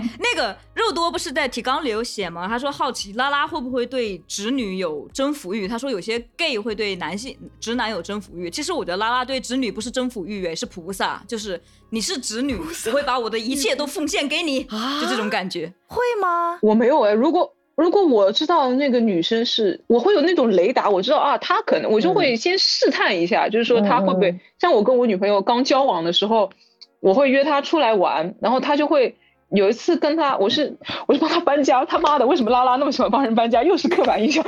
那个肉多不是在提纲里有写吗？他说好奇拉拉会不会对直女有征服欲，他说有些 gay 会对男性直男有征服欲，其实我觉得拉拉对直女不是征服欲，是菩萨，就是你是直女，我会把我的一切都奉献给你，就这种感觉。 会吗？ 我没有哎，如果如果我知道那个女生是，我会有那种雷达，我知道啊，她可能我就会先试探一下，嗯、就是说她会不会、嗯、像我跟我女朋友刚交往的时候，我会约她出来玩，然后她就会有一次跟她，我是我是帮她搬家，他妈的，为什么拉拉那么喜欢帮人搬家？又是刻板印象。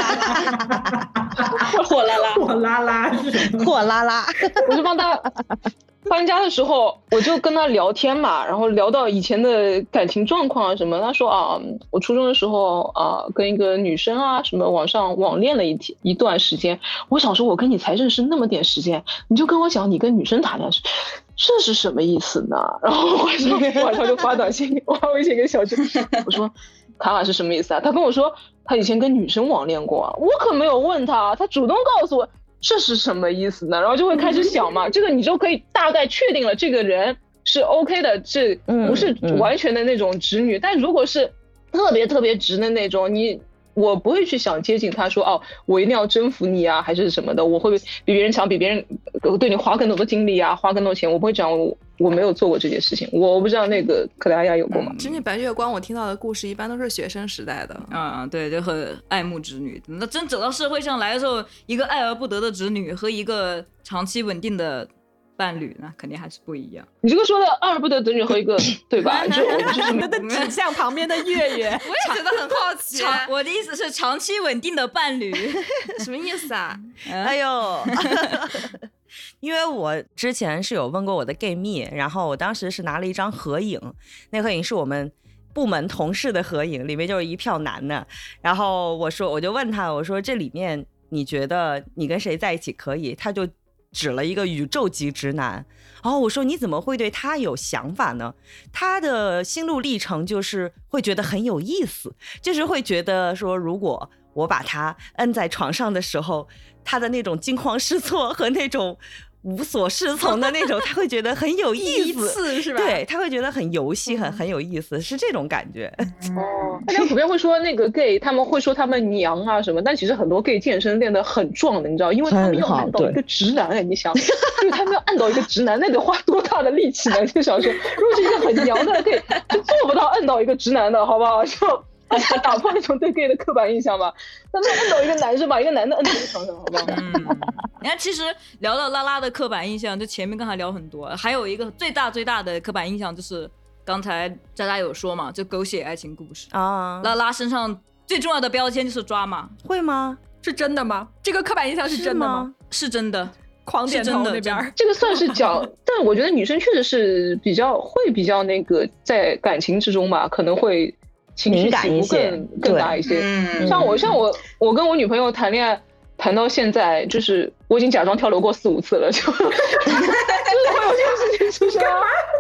火拉拉， 火拉拉， 火拉拉， 我就帮她。搬家的时候，我就跟他聊天嘛，然后聊到以前的感情状况啊什么。他说啊，我初中的时候啊，跟一个女生啊什么网上网恋了一天一段时间。我想说，我跟你才认识那么点时间，你就跟我讲你跟女生谈恋爱，这是什么意思呢？然后晚上晚上就发短信，我发微信给小智，我说卡卡是什么意思啊？他跟我说他以前跟女生网恋过，我可没有问他，他主动告诉我。这是什么意思呢？然后就会开始想嘛，这个你就可以大概确定了，这个人是 OK 的，这不是完全的那种直女。嗯嗯、但如果是特别特别直的那种，你我不会去想接近他说哦，我一定要征服你啊，还是什么的。我会比别人强，比别人对你花更多的精力啊，花更多钱。我不会讲我我没有做过这件事情，我不知道那个克莱亚有过吗？ 直女白月光，我听到的故事一般都是学生时代的。 啊，对，就很爱慕直女。那真走到社会上来的时候，一个爱而不得的直女和一个长期稳定的伴侣，那肯定还是不一样。 你这个说的爱而不得直女和一个对吧？就就是你的指向旁边的月月， 我也觉得很好奇。 我的意思是长期稳定的伴侣， 什么意思啊？ 哎呦。因为我之前是有问过我的 gay 蜜，然后我当时是拿了一张合影，那合影是我们部门同事的合影，里面就是一票男的。然后我说，我就问他，我说这里面你觉得你跟谁在一起可以？他就指了一个宇宙级直男。然后我说你怎么会对他有想法呢？他的心路历程就是会觉得很有意思，就是会觉得说如果我把他摁在床上的时候，他的那种惊慌失措和那种无所适从的那种，他会觉得很有意思， 第一次是吧？ 对，他会觉得很游戏，很很有意思，是这种感觉。 哦，大家普遍会说那个 gay， 他们会说他们娘啊什么，但其实很多 gay 健身练得很壮的，你知道，因为他们要按倒一个直男，哎，你想，就是他们要按倒一个直男，那得花多大的力气呢？就想说，如果是一个很娘的 gay， 就做不到按倒一个直男的，好不好？就。大家打破那种对 gay 的刻板印象吧，他们摁倒一个男生，把一个男的摁到一个床上，好不好？ 嗯，你看，其实聊到拉拉的刻板印象，就前面刚才聊很多，还有一个最大最大的刻板印象就是刚才渣渣有说嘛，就狗血爱情故事啊。拉拉身上最重要的标签就是抓马， 会吗？ 是真的吗？这个刻板印象是真的吗？ 是真的。 狂点头那边， 这个算是讲，但我觉得女生确实是比较会比较那个在感情之中吧，可能会。情绪起伏更更大一些，嗯、像我像我我跟我女朋友谈恋爱谈到现在，就是我已经假装跳楼过四五次了，就就是会有这个事情出现啊！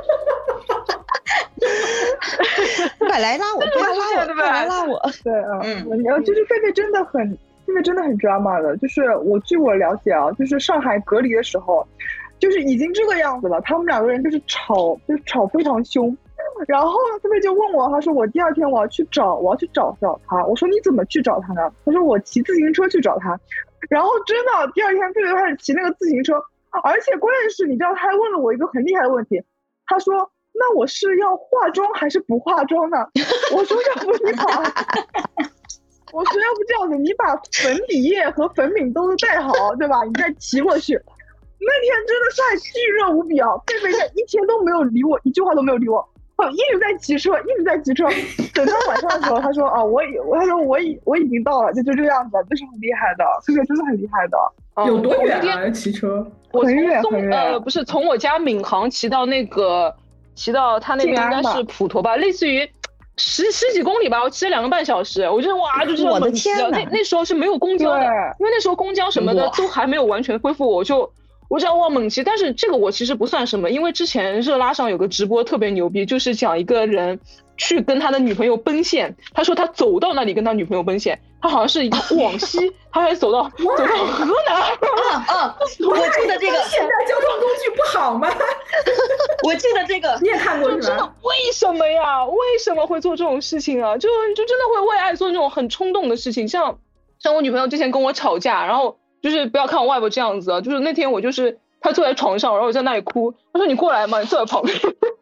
快来拉我，快来拉我，快来拉我！ 对啊，嗯，就是狒狒真的很，狒狒真的很 drama 的，就是我据我了解啊，就是上海隔离的时候，就是已经这个样子了，他们两个人就是吵，就是吵非常凶。然后呢，狒狒就问我，他说我第二天我要去找，我要去找找他。我说你怎么去找他呢？他说我骑自行车去找他。然后真的，第二天狒狒开始骑那个自行车，而且关键是，你知道他还问了我一个很厉害的问题，他说那我是要化妆还是不化妆呢？我说要不你把，我说要不这样子，你把粉底液和粉饼都带好，对吧？你再骑过去。那天真的晒巨热无比啊！狒狒一天都没有理我，一句话都没有理我。一直在骑车，一直在骑车。等到晚上的时候，他说：“啊，我已，他说我已，我已经到了，就就这样子，就是很厉害的，这个真的很厉害的。 有多远啊？骑车？ 我很远从很远。 呃，不是从我家闵行骑到那个，骑到他那边应该是普陀吧，类似于十十几公里吧，我骑了两个半小时。我觉得哇，就这么猛骑啊！那那时候是没有公交的，因为那时候公交什么的都还没有完全恢复，我就。我知道哇猛骑，但是这个我其实不算什么，因为之前热拉上有个直播特别牛逼，就是讲一个人去跟他的女朋友奔现。他说他走到那里跟他女朋友奔现，他好像是往西，他还走到走到河南。 啊啊！我记得这个。 现在交通工具不好吗？ 我记得这个， 你也看过是吧？ 真的为什么呀？为什么会做这种事情啊？就就真的会为爱做那种很冲动的事情，像像我女朋友之前跟我吵架，然后就是不要看我外婆这样子啊，就是那天我就是她坐在床上，然后我在那里哭，她说你过来嘛，你坐在旁边。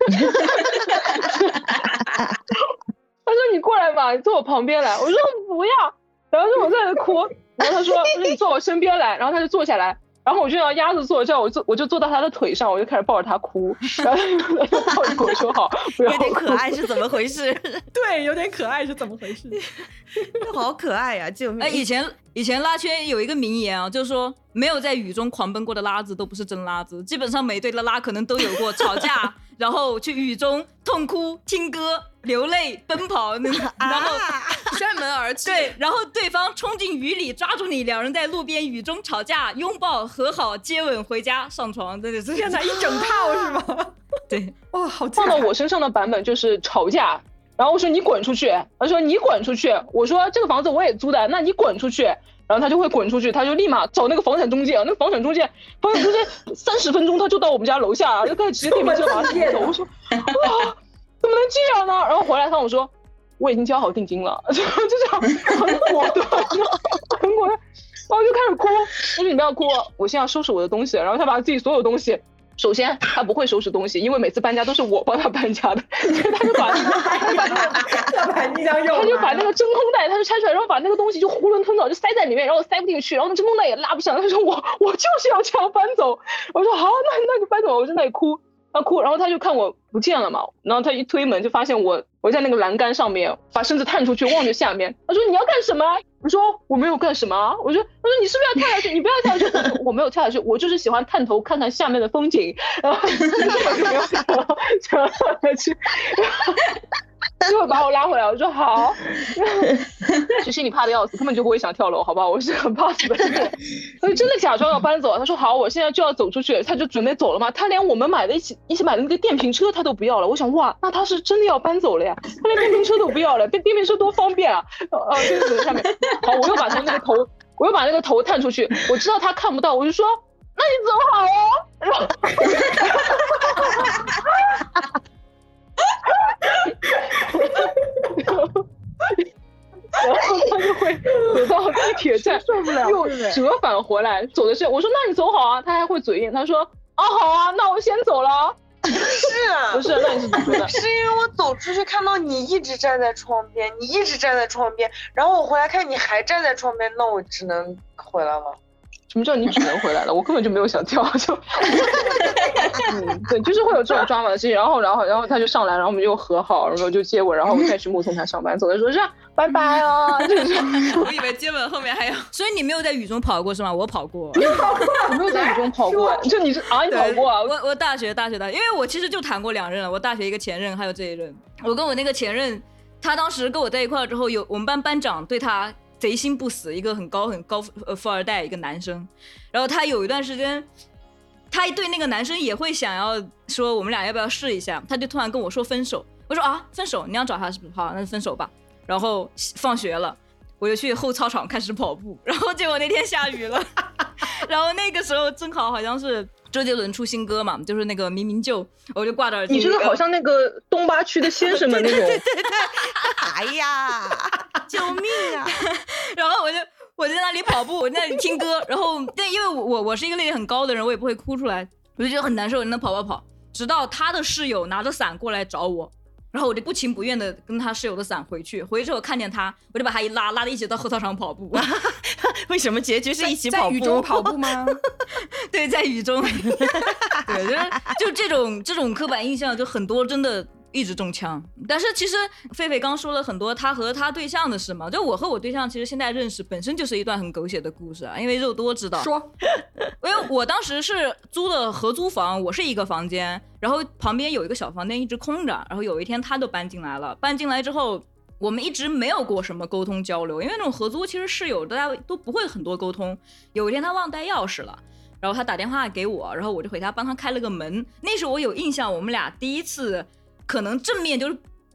他说你过来吧，你坐我旁边来。我说不要，然后说我在那哭，然后他说他说你坐我身边来，然后他就坐下来，然后我就要鸭子坐这样，我坐我就坐到他的腿上，我就开始抱着他哭，然后他就抱着我说好，不要哭。 有点可爱是怎么回事？ 对，有点可爱是怎么回事？ 好可爱呀、啊！救命！ 哎，以前以前拉圈有一个名言啊，就是说没有在雨中狂奔过的拉子都不是真拉子，基本上每对的拉可能都有过吵架，然后去雨中痛哭、听歌、流泪、奔跑，然后摔门而去。 对，然后对方冲进雨里抓住你，两人在路边雨中吵架、拥抱、和好、接吻、回家、上床，对对对， 天哪，一整套是吗？ 对， 哇，好放到我身上的版本就是吵架。然后我说你滚出去，他说你滚出去，我说这个房子我也租的，那你滚出去，然后他就会滚出去，他就立马找那个房产中介，那个房产中介，房产中介三十分钟他就到我们家楼下，就开始直接电瓶车把他送走。我说哇，怎么能这样呢？然后回来他跟我说我已经交好定金了，就就这样很果断，很果断，然后就开始哭，我说你不要哭，我现在要收拾我的东西，然后他把自己所有东西。首先，他不会收拾东西，因为每次搬家都是我帮他搬家的，所以他就把那个， 他把你想有， 他就把那个真空袋，他就拆出来，然后把那个东西就囫囵吞枣就塞在里面，然后塞不进去，然后那真空袋也拉不上。他说我我就是要这样搬走，我说好，那那就搬走，我在那里哭，他哭，然后他就看我不见了嘛，然后他一推门就发现我我在那个栏杆上面，把身子探出去望着下面，他说你要干什么？我说我没有干什么，我说他说你是不是要跳下去？你不要跳下去，我说我没有跳下去，我就是喜欢探头看看下面的风景，然后我就没有跳跳下去，就会把我拉回来。我说好，其实你怕的要死，根本就不会想跳楼，好不好？我是很怕死的人，所以真的假装要搬走。他说好，我现在就要走出去，他就准备走了嘛。他连我们买的一起一起买的那个电瓶车他都不要了。我想哇，那他是真的要搬走了呀？他连电瓶车都不要了，电电瓶车多方便啊！呃，这个走下面。好，我又把他那个头，我又把那个头探出去，我知道他看不到，我就说，那你走好哦。然后，然后他就会走到地铁站， 受不了， 又折返回来，走的是我说那你走好啊，他还会嘴硬，他说啊好啊，那我先走了。 是啊， 不是，那你是怎么说的？ 是因为我走出去看到你一直站在窗边，你一直站在窗边，然后我回来看你还站在窗边，那我只能回来了。 什么叫你只能回来了？我根本就没有想跳，就，嗯，对，就是会有这种抓马的事情。然后，然后，然后他就上来，然后我们就和好，然后就接吻，然后我再去目送他上班。走的时候是拜拜哦，就是我以为接吻后面还有， 所以你没有在雨中跑过是吗？我跑过， 你跑过，我没有在雨中跑过，就你是啊，你跑过啊？ 我我大学大学的，因为我其实就谈过两任了，我大学一个前任，还有这一任。我跟我那个前任，他当时跟我在一块儿之后，有我们班班长对他贼心不死，一个很高很高呃富二代一个男生，然后他有一段时间，他对那个男生也会想要说我们俩要不要试一下，他就突然跟我说分手，我说啊分手，你要找他是不是？好，那就分手吧。然后放学了，我就去后操场开始跑步，然后结果那天下雨了，然后那个时候正好好像是周杰伦出新歌嘛，就是那个明明就，我就挂着耳机。 你这个好像那个东八区的先生们那种。对对对对， 哎呀，救命啊！ 然后我就我在那里跑步，我在那里听歌，然后但因为我我是一个泪点很高的人，我也不会哭出来，我就觉得很难受，那跑跑跑，直到他的室友拿着伞过来找我。然后我就不情不愿的跟他室友的伞回去，回去之后看见他，我就把他一拉，拉着一起到后操场跑步。 为什么结局是一起跑步？ 在雨中跑步吗？ 对，在雨中。对，就是就这种这种刻板印象，就很多真的一直中枪。但是其实狒狒刚说了很多他和他对象的事嘛，就我和我对象其实现在认识本身就是一段很狗血的故事啊，因为肉多知道。 说， 因为我当时是租的合租房，我是一个房间。然后旁边有一个小房间一直空着，然后有一天他就搬进来了，搬进来之后我们一直没有过什么沟通交流，因为那种合租其实室友大家都不会很多沟通。有一天他忘带钥匙了，然后他打电话给我，然后我就回家帮他开了个门，那时候我有印象，我们俩第一次可能正面就是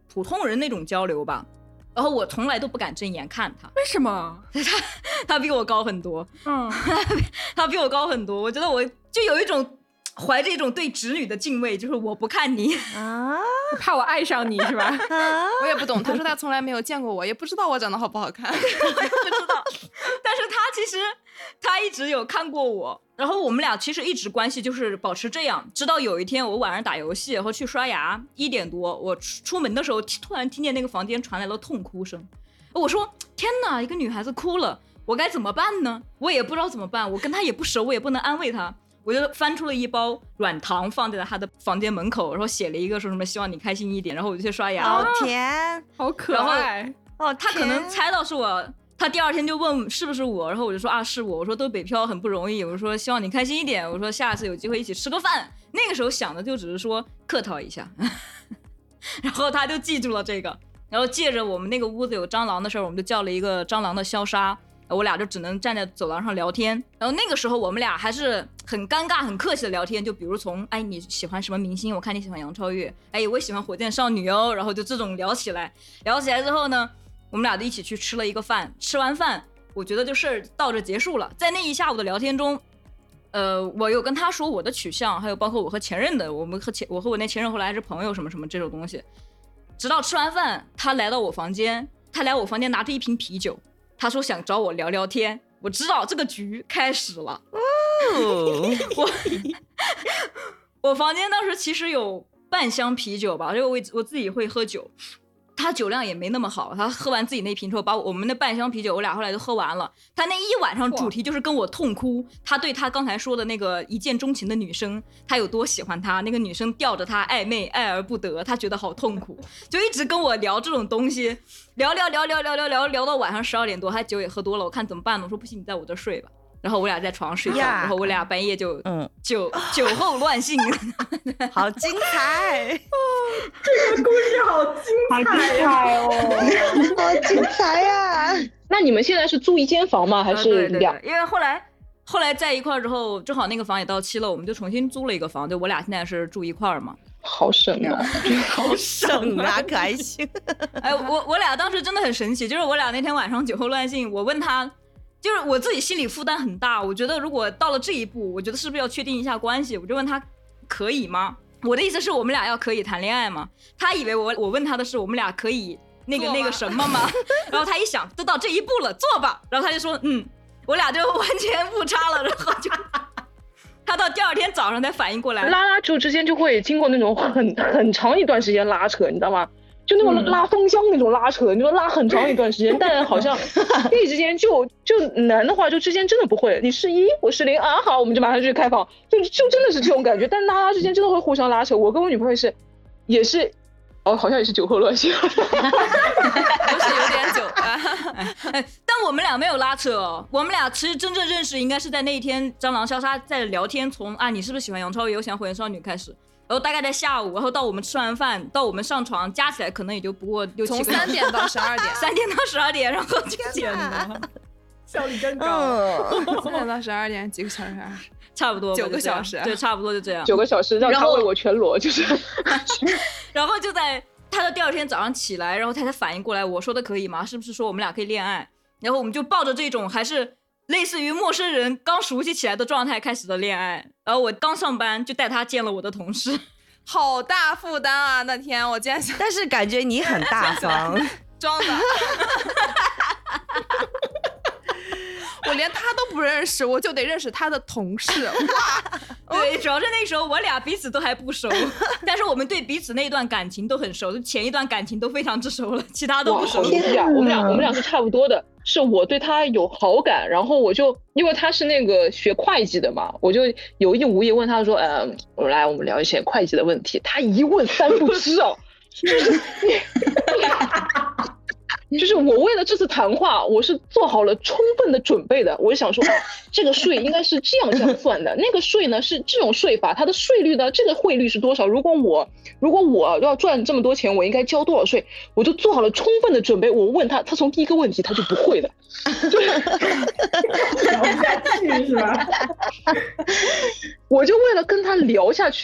普通人那种交流吧。然后我从来都不敢正眼看他。 为什么？ 他他比我高很多， 嗯， 他比我高很多。我觉得我就有一种怀着一种对直女的敬畏，就是我不看你啊， 怕我爱上你是吧？ 啊，我也不懂。他说他从来没有见过我，也不知道我长得好不好看，我也不知道。但是他其实他一直有看过我，然后我们俩其实一直关系就是保持这样，直到有一天我晚上打游戏，然后去刷牙，一点多我出门的时候，突然听见那个房间传来了痛哭声。我说天哪，一个女孩子哭了，我该怎么办呢？我也不知道怎么办，我跟她也不熟，我也不能安慰她。我就翻出了一包软糖放在她的房间门口，然后写了一个说什么希望你开心一点，然后我就去刷牙。 好甜， 好可爱。 哦，他可能猜到是我，他第二天就问是不是我，然后我就说啊是我，我说都北漂很不容易，我说希望你开心一点，我说下次有机会一起吃个饭。那个时候想的就只是说客套一下，然后他就记住了这个，然后借着我们那个屋子有蟑螂的事儿，我们就叫了一个蟑螂的消杀，我俩就只能站在走廊上聊天。然后那个时候我们俩还是很尴尬很客气的聊天，就比如从哎你喜欢什么明星，我看你喜欢杨超越，哎我也喜欢火箭少女哦，然后就这种聊起来。聊起来之后呢，我们俩就一起去吃了一个饭，吃完饭我觉得这事儿到这结束了。在那一下午的聊天中，呃，我有跟他说我的取向，还有包括我和前任的，我们和前我和我那前任后来还是朋友什么什么这种东西。直到吃完饭，他来到我房间，他来我房间拿着一瓶啤酒，他说想找我聊聊天。我知道这个局开始了。哦、我我房间当时其实有半箱啤酒吧，因为我我自己会喝酒。他酒量也没那么好，他喝完自己那瓶之后，把我们那半箱啤酒我俩后来就喝完了。他那一晚上主题就是跟我痛哭，他对他刚才说的那个一见钟情的女生，他有多喜欢她，那个女生吊着他暧昧爱而不得，他觉得好痛苦，就一直跟我聊这种东西，聊聊聊聊聊聊聊聊到晚上十二点多，他酒也喝多了，我看怎么办呢？我说不行，你在我这睡吧。然后我俩在床上睡觉， yeah. 然后我俩半夜就嗯酒酒后乱性， 好精彩！ 哦，这个故事好精彩呀！ 哦，好精彩呀！ 那你们现在是住一间房吗？还是两？ 呃、因为后来后来在一块儿之后，正好那个房也到期了，我们就重新租了一个房，就我俩现在是住一块儿嘛。 好省啊！ 好省啊，可还行。 哎，我我俩当时真的很神奇，就是我俩那天晚上酒后乱性，我问他。就是我自己心理负担很大，我觉得如果到了这一步，我觉得是不是要确定一下关系？我就问他可以吗？我的意思是我们俩要可以谈恋爱吗？他以为我我问他的是我们俩可以那个那个什么吗？然后他一想都到这一步了，做吧。然后他就说嗯，我俩就完全误差了，然后就他到第二天早上才反应过来。 拉拉扯之间就会经过那种很很长一段时间拉扯，你知道吗？就那种拉风箱那种拉扯，你说拉很长一段时间，但好像一之间就就男的话就之间真的不会，你是一我是零啊，好我们就马上去开房，就就真的是这种感觉。但拉拉之间真的会互相拉扯。我跟我女朋友是也是，哦好像也是酒后乱性， 都是有点酒啊。 但我们俩没有拉扯，我们俩其实真正认识应该是在那一天蟑螂消杀在聊天，从啊你是不是喜欢杨超越，我喜欢火焰少女开始。然后大概在下午，然后到我们吃完饭，到我们上床，加起来可能也就不过六七个。 从三点到十二点， 三点到十二点，然后就剪了， 效率真高。 三点到十二点，几个小时？ 差不多九个小时， 对，差不多就这样。 九个小时让他为我全裸，就是。 然后就在他的第二天早上起来，然后他才反应过来，我说的可以吗？是不是说我们俩可以恋爱？然后我们就抱着这种还是。类似于陌生人刚熟悉起来的状态开始的恋爱，然后我刚上班就带他见了我的同事， 好大负担啊！那天我竟然想， 但是感觉你很大方， 装的，我连他都不认识，我就得认识他的同事。哇， 对，主要是那时候我俩彼此都还不熟，但是我们对彼此那段感情都很熟，就前一段感情都非常之熟了，其他都不熟。 啊，我们俩我们俩是差不多的。是我对他有好感，然后我就因为他是那个学会计的嘛，我就有意无意问他说，呃，我来我们聊一些会计的问题。他一问三不知哦，就是就是我为了这次谈话，我是做好了充分的准备的。我就想说，啊，这个税应该是这样这样算的，那个税呢是这种税法，它的税率呢，这个汇率是多少？如果我如果我要赚这么多钱，我应该交多少税？我就做好了充分的准备。我问他，他从第一个问题他就不会的，聊不下去是吧？我就为了跟他聊下去。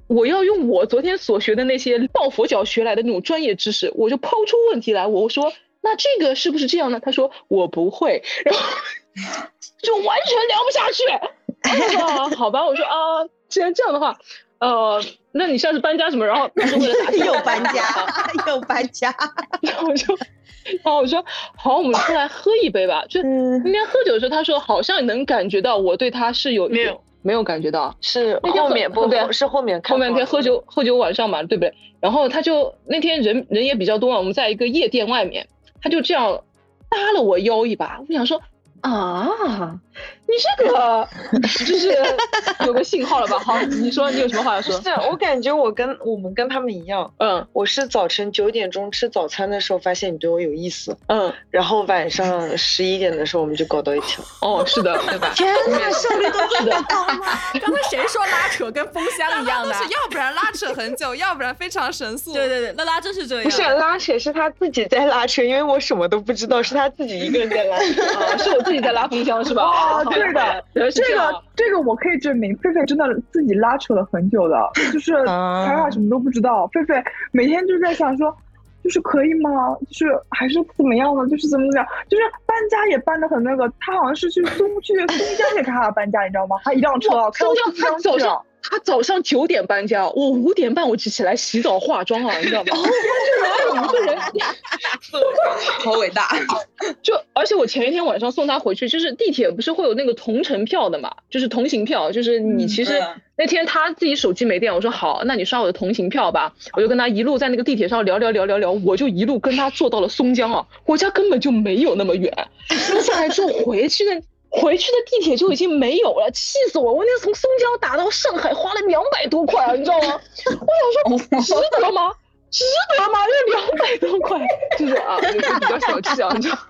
我要用我昨天所学的那些抱佛脚学来的那种专业知识，我就抛出问题来，我说那这个是不是这样呢？他说我不会，然后就完全聊不下去。我说好吧，我说啊，既然这样的话，呃，那你下次搬家什么？然后他是为了打又搬家，又搬家， 然后我就。然后我说好，我们出来喝一杯吧。就那天喝酒的时候，他说好像能感觉到我对他是有没有没有感觉到， 是后面不对，是后面看后面天喝酒喝酒晚上嘛，对不对？然后他就那天人人也比较多嘛，我们在一个夜店外面，他就这样搭了我腰一把，我想说啊，你这个就是有个信号了吧？好，你说你有什么话要说？ 是我感觉我跟我们跟他们一样， 嗯， 我是早晨九点钟吃早餐的时候发现你对我有意思， 嗯， 然后晚上十一点的时候我们就搞到一起了。 哦，是的，对吧？ 天哪，效率都这么高吗？ 刚才谁说拉扯跟风箱一样的？ 是要不然拉扯很久，要不然非常神速。 对对对，拉拉真是这样。 不是拉扯，是他自己在拉扯，因为我什么都不知道，是他自己一个人在拉扯。 啊，是我自己在拉风箱是吧？ 哦，对的，这个这个我可以证明，狒狒真的自己拉扯了很久的，就是卡卡什么都不知道，狒狒每天就在想说，就是可以吗？就是还是怎么样呢？就是怎么怎么样？就是搬家也搬得很那个，他好像是去松去松江给卡卡搬家，你知道吗？他一辆车开到松江去了。 他早上九点搬家，我五点半我就起来洗澡化妆啊，你知道吗？就哪有一个人， 好伟大！ 就而且我前一天晚上送他回去，就是地铁不是会有那个同城票的嘛，就是同行票，就是你其实那天他自己手机没电，我说好，那你刷我的同行票吧，我就跟他一路在那个地铁上聊聊聊聊聊，我就一路跟他坐到了松江啊，我家根本就没有那么远，下来之后回去的。回去的地铁就已经没有了，气死我！我那次从松江打到上海花了两百多块啊，你知道吗？我想说值得吗？值得吗？这两百多块，就是啊，我就比较小气啊，你知道吗？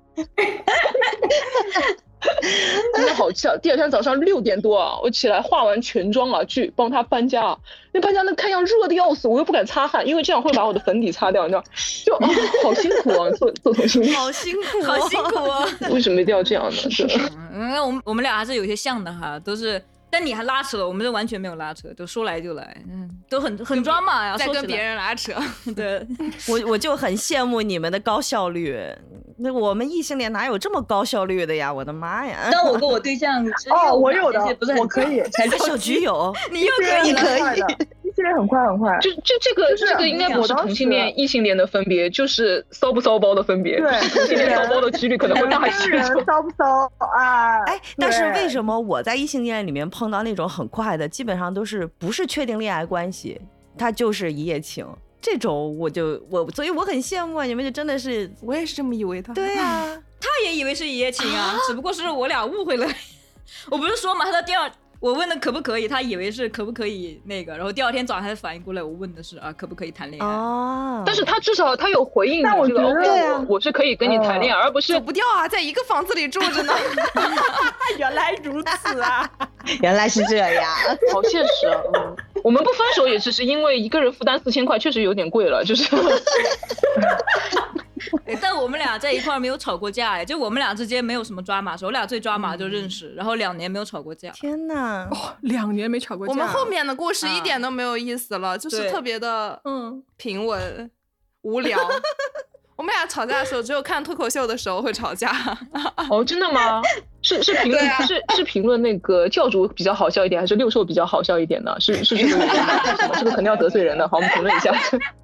真的好气啊！第二天早上六点多啊，我起来化完全妆啊，去帮他搬家啊。那搬家那看样热的要死，我又不敢擦汗，因为这样会把我的粉底擦掉，你知道？就啊，好辛苦啊，做做同性恋， 好辛苦， 好辛苦啊！ 为什么一定要这样呢？ 嗯，我们我们俩还是有些像的哈，都是。但你还拉扯了，我们这完全没有拉扯，就说来就来，嗯，都很很抓马呀， 在跟别人拉扯。 对， 我我就很羡慕你们的高效率，那我们异性恋哪有这么高效率的呀？我的妈呀！ 但我跟我对象哦，我有的， 不是我可以， 才是小菊有， 你又可以， 你可以。异性恋很快很快， 就就这个这个应该不是同性恋异性恋的分别，就是骚不骚包的分别。 对， 同性恋骚包的几率可能会大一些。 骚不骚啊？ 哎，但是为什么我在异性恋里面碰到那种很快的，基本上都是不是确定恋爱关系，他就是一夜情。这种我就我，所以我很羡慕啊！你们就真的是， 我也是这么以为的。 对啊， 他也以为是一夜情啊，只不过是我俩误会了。我不是说嘛，他的第二。我问的可不可以，他以为是可不可以那个，然后第二天早上才反应过来，我问的是啊可不可以谈恋爱。 哦， 但是他至少他有回应你这个，我我是可以跟你谈恋爱，而不是走不掉啊，在一个房子里住着呢。 原来如此啊， 原来是这样， 好现实啊。嗯，我们不分手也只是因为一个人负担四千块，确实有点贵了，就是。 但我们俩在一块儿没有吵过架哎，就我们俩之间没有什么抓马，我俩最抓马就认识，嗯、然后两年没有吵过架。 天哪， 哦，两年没吵过架。 我们后面的故事一点都没有意思了，啊、就是特别的嗯平稳、无聊。我们俩吵架的时候，只有看脱口秀的时候会吵架。 哦，真的吗？是是评论、啊、是是评论那个教主比较好笑一点，还是六兽比较好笑一点呢？是是这个原因吗？这个肯定要得罪人的。好，我们评论一下。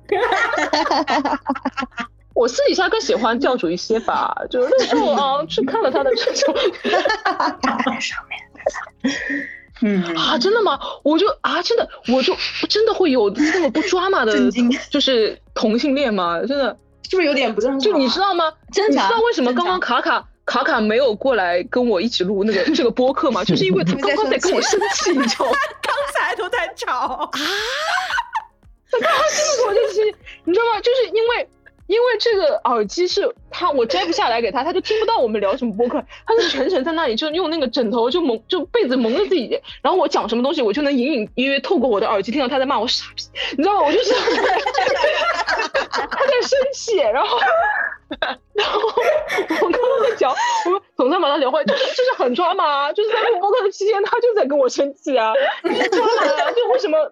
我私底下更喜欢教主一些吧，就是那时候啊，去看了他的这种， 在上面，嗯啊，真的吗？我就啊，真的，我就真的会有那么不抓马的，就是同性恋吗？真的， 是不是有点不正常？ 就你知道吗？ 正常。 你知道为什么刚刚卡卡卡卡没有过来跟我一起录那个这个播客吗？就是因为他刚刚在跟我生气，你知道吗？ 刚才都在吵啊， 他刚刚跟我生气，你知道吗？就是因为。因为这个耳机是他我摘不下来给他，他就听不到我们聊什么播客，他就全程在那里就用那个枕头就蒙就被子蒙着自己，然后我讲什么东西我就能隐隐约约透过我的耳机听到他在骂我傻逼，你知道吗？我就是他在生气，然后然后我跟他们讲，我们总在马上聊会，就是这是很抓马，就是在录播客的期间，他就在跟我生气啊，你抓马啊，就为什么？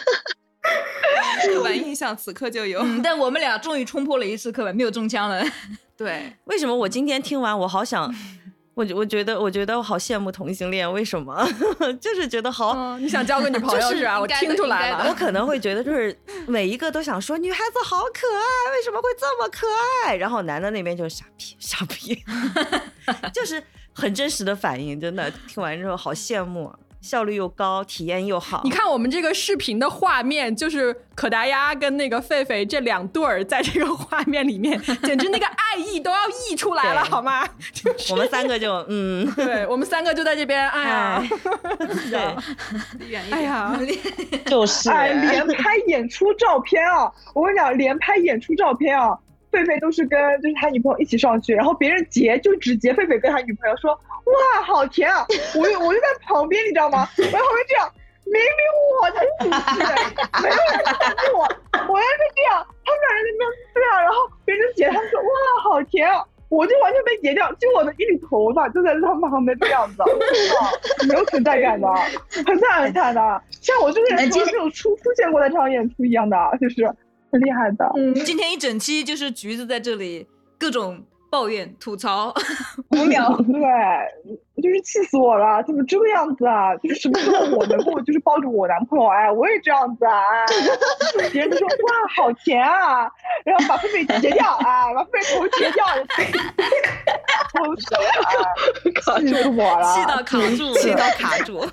刻板印象此刻就有、 嗯，但我们俩终于冲破了一次刻板，没有中枪了。 对， 为什么我今天听完我好想我我觉得我觉得我好羡慕同性恋，为什么？就是觉得好、 嗯、你想交个女朋友是吧、就是、我听出来了。 我可能会觉得就是每一个都想说女孩子好可爱，为什么会这么可爱，然后男的那边就是傻逼傻逼就是很真实的反应，真的听完之后好羡慕啊，效率又高，体验又好。 你看我们这个视频的画面，就是可达鸭跟那个狒狒这两对儿在这个画面里面，简直那个爱意都要溢出来了，好吗？就是、 我们三个就嗯， 对，我们三个就在这边，哎呀， 对， 哎呀， 就是哎，连拍演出照片啊！我跟你讲，连拍演出照片啊，狒狒都是跟就是他女朋友一起上去，然后别人截就只截狒狒跟他女朋友说。哇，好甜啊！我就我就在旁边，你知道吗？我在旁边这样，明明我才是主持人，没有人看我，我要是这样，他们俩人在那边对啊，然后别人截，他们说哇，好甜啊！我就完全被截掉，就我的一缕头发就在他们旁边这样子，没有存在感的，很惨很惨的，像我这个人从来没有出出现过在这场演出一样的，就是很厉害的。 嗯，今天一整期就是橘子在这里各种。抱怨吐槽五秒，对，就是气死我了！怎么这个样子啊？就是什么时候我能够就是抱着我男朋友，哎，我也这样子啊！哎，别人就说哇好甜啊，然后把狒狒截掉啊，把狒狒头截掉，我手啊，气死我了， 气到卡住， 气到卡住。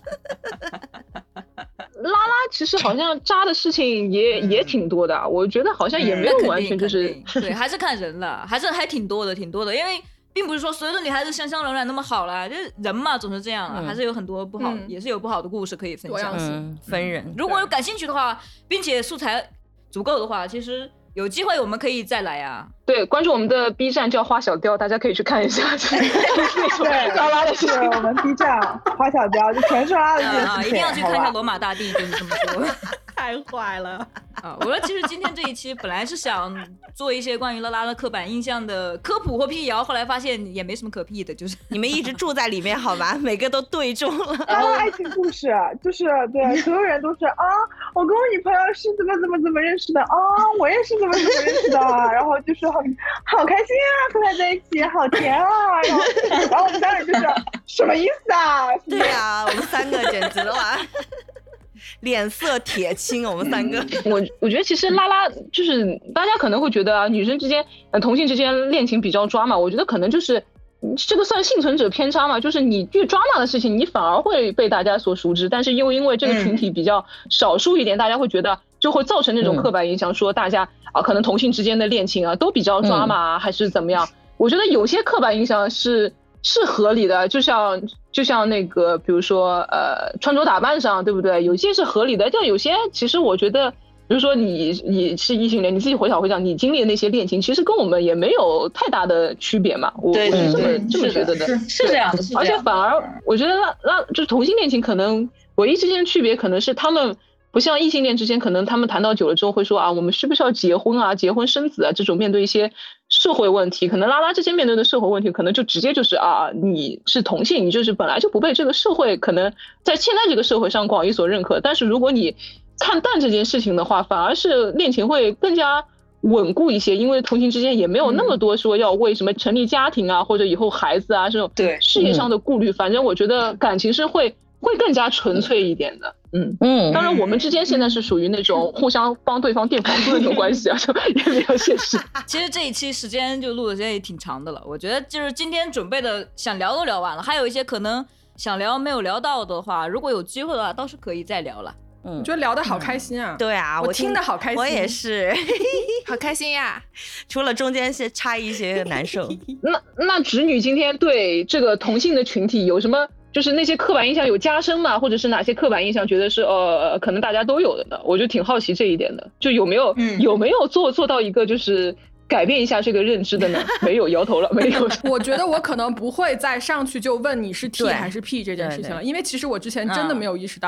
拉拉其实好像渣的事情也、嗯、也挺多的，我觉得好像也没有完全就是、 嗯、对，还是看人了，还是还挺多的，挺多的，因为并不是说所有的女孩子香香软软那么好啦，就是人嘛总是这样了、嗯，还是有很多不好、嗯，也是有不好的故事可以分享， 嗯，分人。 如果有感兴趣的话，并且素材足够的话，其实有机会我们可以再来啊。 对，关注我们的 B 站叫花小雕，大家可以去看一下。 对，拉拉的是我们 B 站花小雕，就全是拉拉的电视、 啊，一定要去看一下罗马大帝，就是这么说。 太坏了啊！我说，其实今天这一期本来是想做一些关于拉拉的刻板印象的科普或辟谣，后来发现也没什么可辟的，就是你们一直住在里面好吗？每个都对中了。 拉拉爱情故事就是对所有人都是啊，我跟我女朋友是怎么怎么怎么认识的啊，我也是怎么怎么认识的，然后就是很好开心啊，和他在一起好甜啊，然后然后我们三人就是什么意思啊？ 对啊，我们三个简直了。脸色铁青，我们三个。 我我觉得其实拉拉就是大家可能会觉得啊，女生之间、呃、同性之间恋情比较抓嘛，我觉得可能就是这个算幸存者偏差嘛，就是你越抓马的事情，你反而会被大家所熟知，但是又因为这个群体比较少数一点，嗯、大家会觉得就会造成那种刻板印象，说大家啊可能同性之间的恋情啊都比较抓马、啊嗯、还是怎么样？我觉得有些刻板印象是。是合理的，就像就像那个，比如说呃，穿着打扮上，对不对？有些是合理的，但有些其实我觉得，比如说你你是异性恋，你自己回想回想，你经历的那些恋情，其实跟我们也没有太大的区别嘛。我我是这么这么觉得的， 是是这样的。 而且反而我觉得那就是同性恋情可能唯一之间的区别，可能是他们。不像异性恋之间，可能他们谈到久了之后会说啊，我们是不是要结婚啊，结婚生子啊，这种面对一些社会问题，可能拉拉之间面对的社会问题，可能就直接就是啊，你是同性，你就是本来就不被这个社会可能在现在这个社会上广义所认可。但是如果你看淡这件事情的话，反而是恋情会更加稳固一些，因为同性之间也没有那么多说要为什么成立家庭啊，或者以后孩子啊这种事业上的顾虑。反正我觉得感情是会会更加纯粹一点的。嗯嗯，当然我们之间现在是属于那种互相帮对方垫房租的那种关系啊，就也比较现实。 其实这一期时间就录的时间也挺长的了，我觉得就是今天准备的想聊都聊完了，还有一些可能想聊没有聊到的话，如果有机会的话，倒是可以再聊了。 嗯，我觉得聊得好开心啊！ 嗯、对啊， 我听得好开心， 我也是， 好开心呀！ 除了中间是差一些难受。 那那直女今天对这个同性的群体有什么？就是那些刻板印象有加深吗？或者是哪些刻板印象觉得是呃可能大家都有的呢？我就挺好奇这一点的，就有没有、嗯、有没有做做到一个就是改变一下这个认知的呢？没有，摇头了，没有。 我觉得我可能不会再上去就问你是 T 还是 P 这件事情了，因为其实我之前真的没有意识到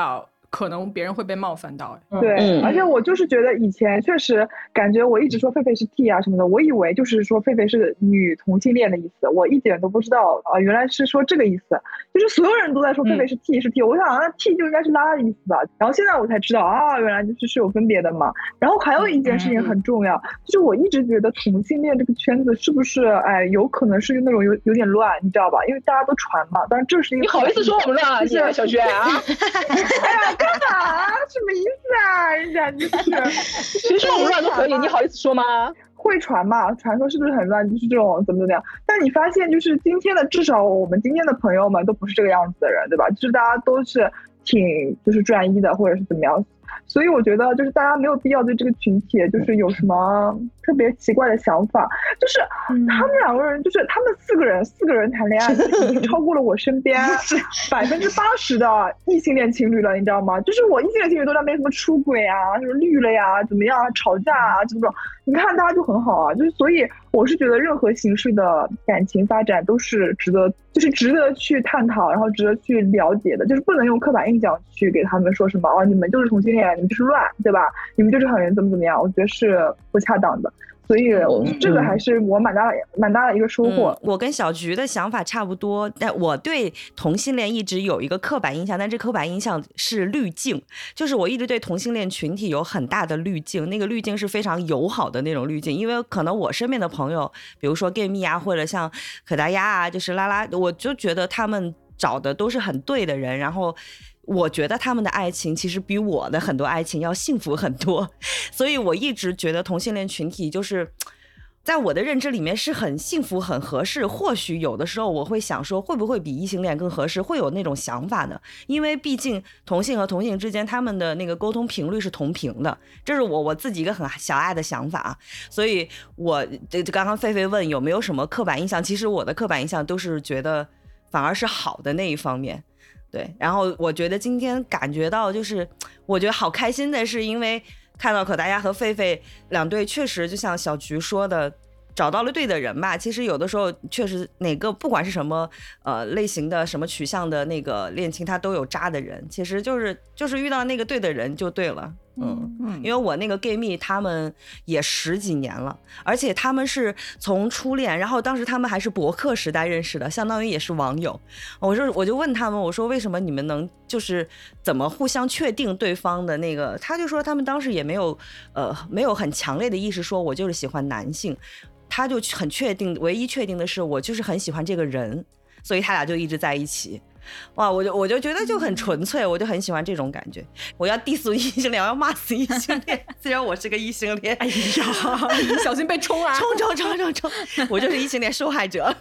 可能别人会被冒犯到。 对、 嗯， 而且我就是觉得以前确实感觉我一直说狒狒是 T 啊什么的，我以为就是说狒狒是女同性恋的意思，我一点都不知道啊、呃，原来是说这个意思，就是所有人都在说狒狒是 T、嗯、是 T， 我想那 T 就应该是拉拉的意思吧，然后现在我才知道啊，原来就是是有分别的嘛。然后还有一件事情很重要，嗯、就是我一直觉得同性恋这个圈子是不是哎有可能是那种有有点乱，你知道吧？因为大家都传嘛，当然这是一个你好意思说我们乱啊，就是、小轩啊？ 哎呀，干嘛？什么意思啊？人家就是谁说我们乱都可以，你好意思说吗？ 会传嘛，传说是不是很乱？就是这种怎么怎么样？但你发现就是今天的，至少我们今天的朋友们都不是这个样子的人，对吧？就是大家都是挺就是专一的，或者是怎么样。所以我觉得就是大家没有必要对这个群体就是有什么特别奇怪的想法，就是他们两个人就是他们四个人四个人谈恋爱已经超过了我身边百分之八十的异性恋情侣了，你知道吗？就是我异性恋情侣都在那边什么出轨啊，什么绿了呀，怎么样吵架啊，这种你看大家就很好啊，就是所以我是觉得任何形式的感情发展都是值得，就是值得去探讨，然后值得去了解的，就是不能用刻板印象去给他们说什么哦，你们就是同性恋，你们就是乱，对吧？你们就是很怎么怎么样，我觉得是不恰当的。所以这个还是我蛮大的蛮大的一个收获、 嗯。我跟小菊的想法差不多，但我对同性恋一直有一个刻板印象，但这刻板印象是滤镜，就是我一直对同性恋群体有很大的滤镜，那个滤镜是非常友好的那种滤镜，因为可能我身边的朋友，比如说 gay 蜜啊，或者像可达鸭啊，就是拉拉，我就觉得他们找的都是很对的人，然后我觉得他们的爱情其实比我的很多爱情要幸福很多，所以我一直觉得同性恋群体就是在我的认知里面是很幸福很合适，或许有的时候我会想说会不会比异性恋更合适，会有那种想法的，因为毕竟同性和同性之间他们的那个沟通频率是同频的，这是我我自己一个很狭隘的想法。所以我刚刚狒狒问有没有什么刻板印象，其实我的刻板印象都是觉得反而是好的那一方面。对，然后我觉得今天感觉到就是我觉得好开心的是，因为看到可达鸭和狒狒两对确实就像小菊说的找到了对的人吧，其实有的时候确实哪个不管是什么呃类型的什么取向的那个恋情他都有渣的人，其实就是就是遇到那个对的人就对了。嗯嗯，因为我那个 gay 蜜他们也十几年了，而且他们是从初恋，然后当时他们还是博客时代认识的，相当于也是网友。我说我就问他们，我说为什么你们能就是怎么互相确定对方的那个，他就说他们当时也没有呃没有很强烈的意识说我就是喜欢男性，他就很确定，唯一确定的是我就是很喜欢这个人，所以他俩就一直在一起。哇，我就我就觉得就很纯粹，我就很喜欢这种感觉。我要 diss 异性恋，我要骂死异性恋，虽然我是个异性恋。 哎呀，小心被冲啊！ 冲冲冲冲冲！我就是异性恋受害者。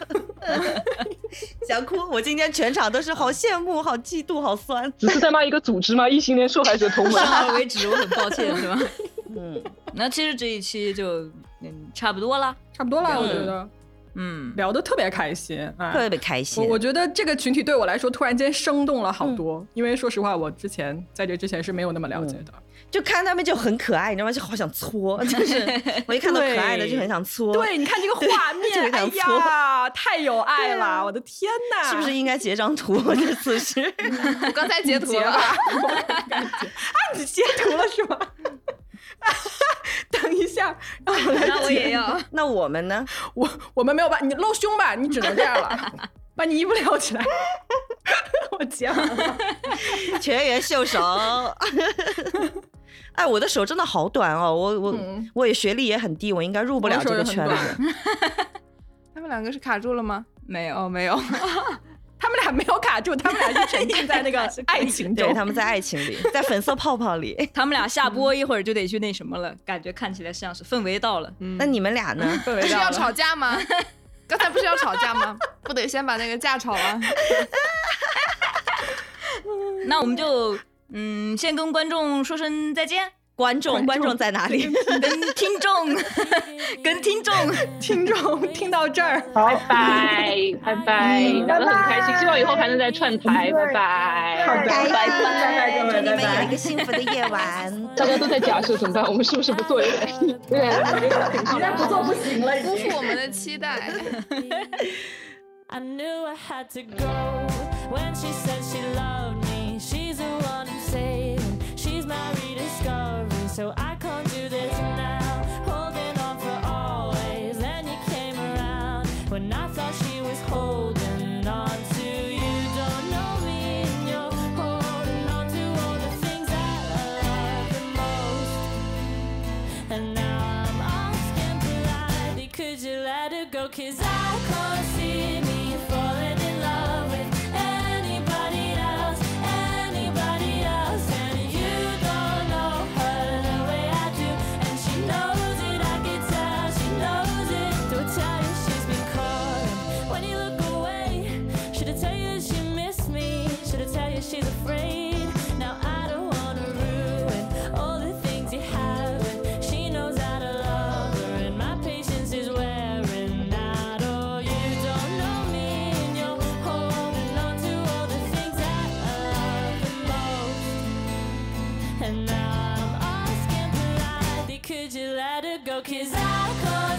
想哭，我今天全场都是好羡慕、好嫉妒、好酸。 只是在骂一个组织吗？异性恋受害者同盟。 到此为止，我很抱歉，是吧？嗯，那其实这一期就嗯差不多了， 差不多了，我觉得。 嗯， 聊得特别开心，哎、 特别开心。 我我觉得这个群体对我来说突然间生动了好多，嗯、因为说实话，我之前在这之前是没有那么了解的。 嗯、就看他们就很可爱，你知道吗？就好想搓，就是我一看到可爱的就很想搓。 对，你看这个画面，哎呀，太有爱了！啊、我的天哪， 是不是应该截张图？这次是， 我刚才截图了。 啊，你截图了是吗？等一下，让我来。 那我也要。 那我们呢？ 我我们没有办法，你露胸吧，你只能这样了，把你衣服撩起来。我截完了， 全员秀手。哎，我的手真的好短哦，我我、嗯、我也学历也很低，我应该入不了这个圈子。 他们两个是卡住了吗？ 没有， 哦，没有。 他们俩没有卡住，他们俩是沉浸在那个爱情中。 对，他们在爱情里，在粉色泡泡里。 他们俩下播一会儿就得去那什么了，感觉看起来像是氛围到了。 嗯、那你们俩呢？ 氛围到了。 是要吵架吗？刚才不是要吵架吗？不得先把那个架吵了。 那我们就嗯，先跟观众说声再见。 观众，观众在哪里？ 跟听众，跟听众， 听众听到这儿， 拜拜，拜拜，聊得很开心，希望以后还能再串台，拜拜， 好的，拜拜， 拜拜， 祝你们有一个幸福的夜晚。 大家都在假设怎么办？我们是不是不做？对， 实在不做不行了， 辜负我们的期待。 I knew I had to go when she said she loved me. She's the one who said so I can't do this now. Holding on for always, then you came around when I thought she was holding on to you. Don't know me and you're holding on to all the things that I love the most. And now I'm asking politely, could you let her go? Cause I can't see me falling in love with anybody else, anybody else. And you don't know her the way I do, and she knows it, I can tell she knows it. Don't tell you she's been calling when you look away. Should've tell you that she missed me, should've tell you she's afraid. Now I don't wanna ruin all the things you have, and she knows how to love her, and my patience is wearing out. Oh, you don't know me and you're holding on to all the things that I love the most. And now I'm asking politely, could you let her go? Cause I can't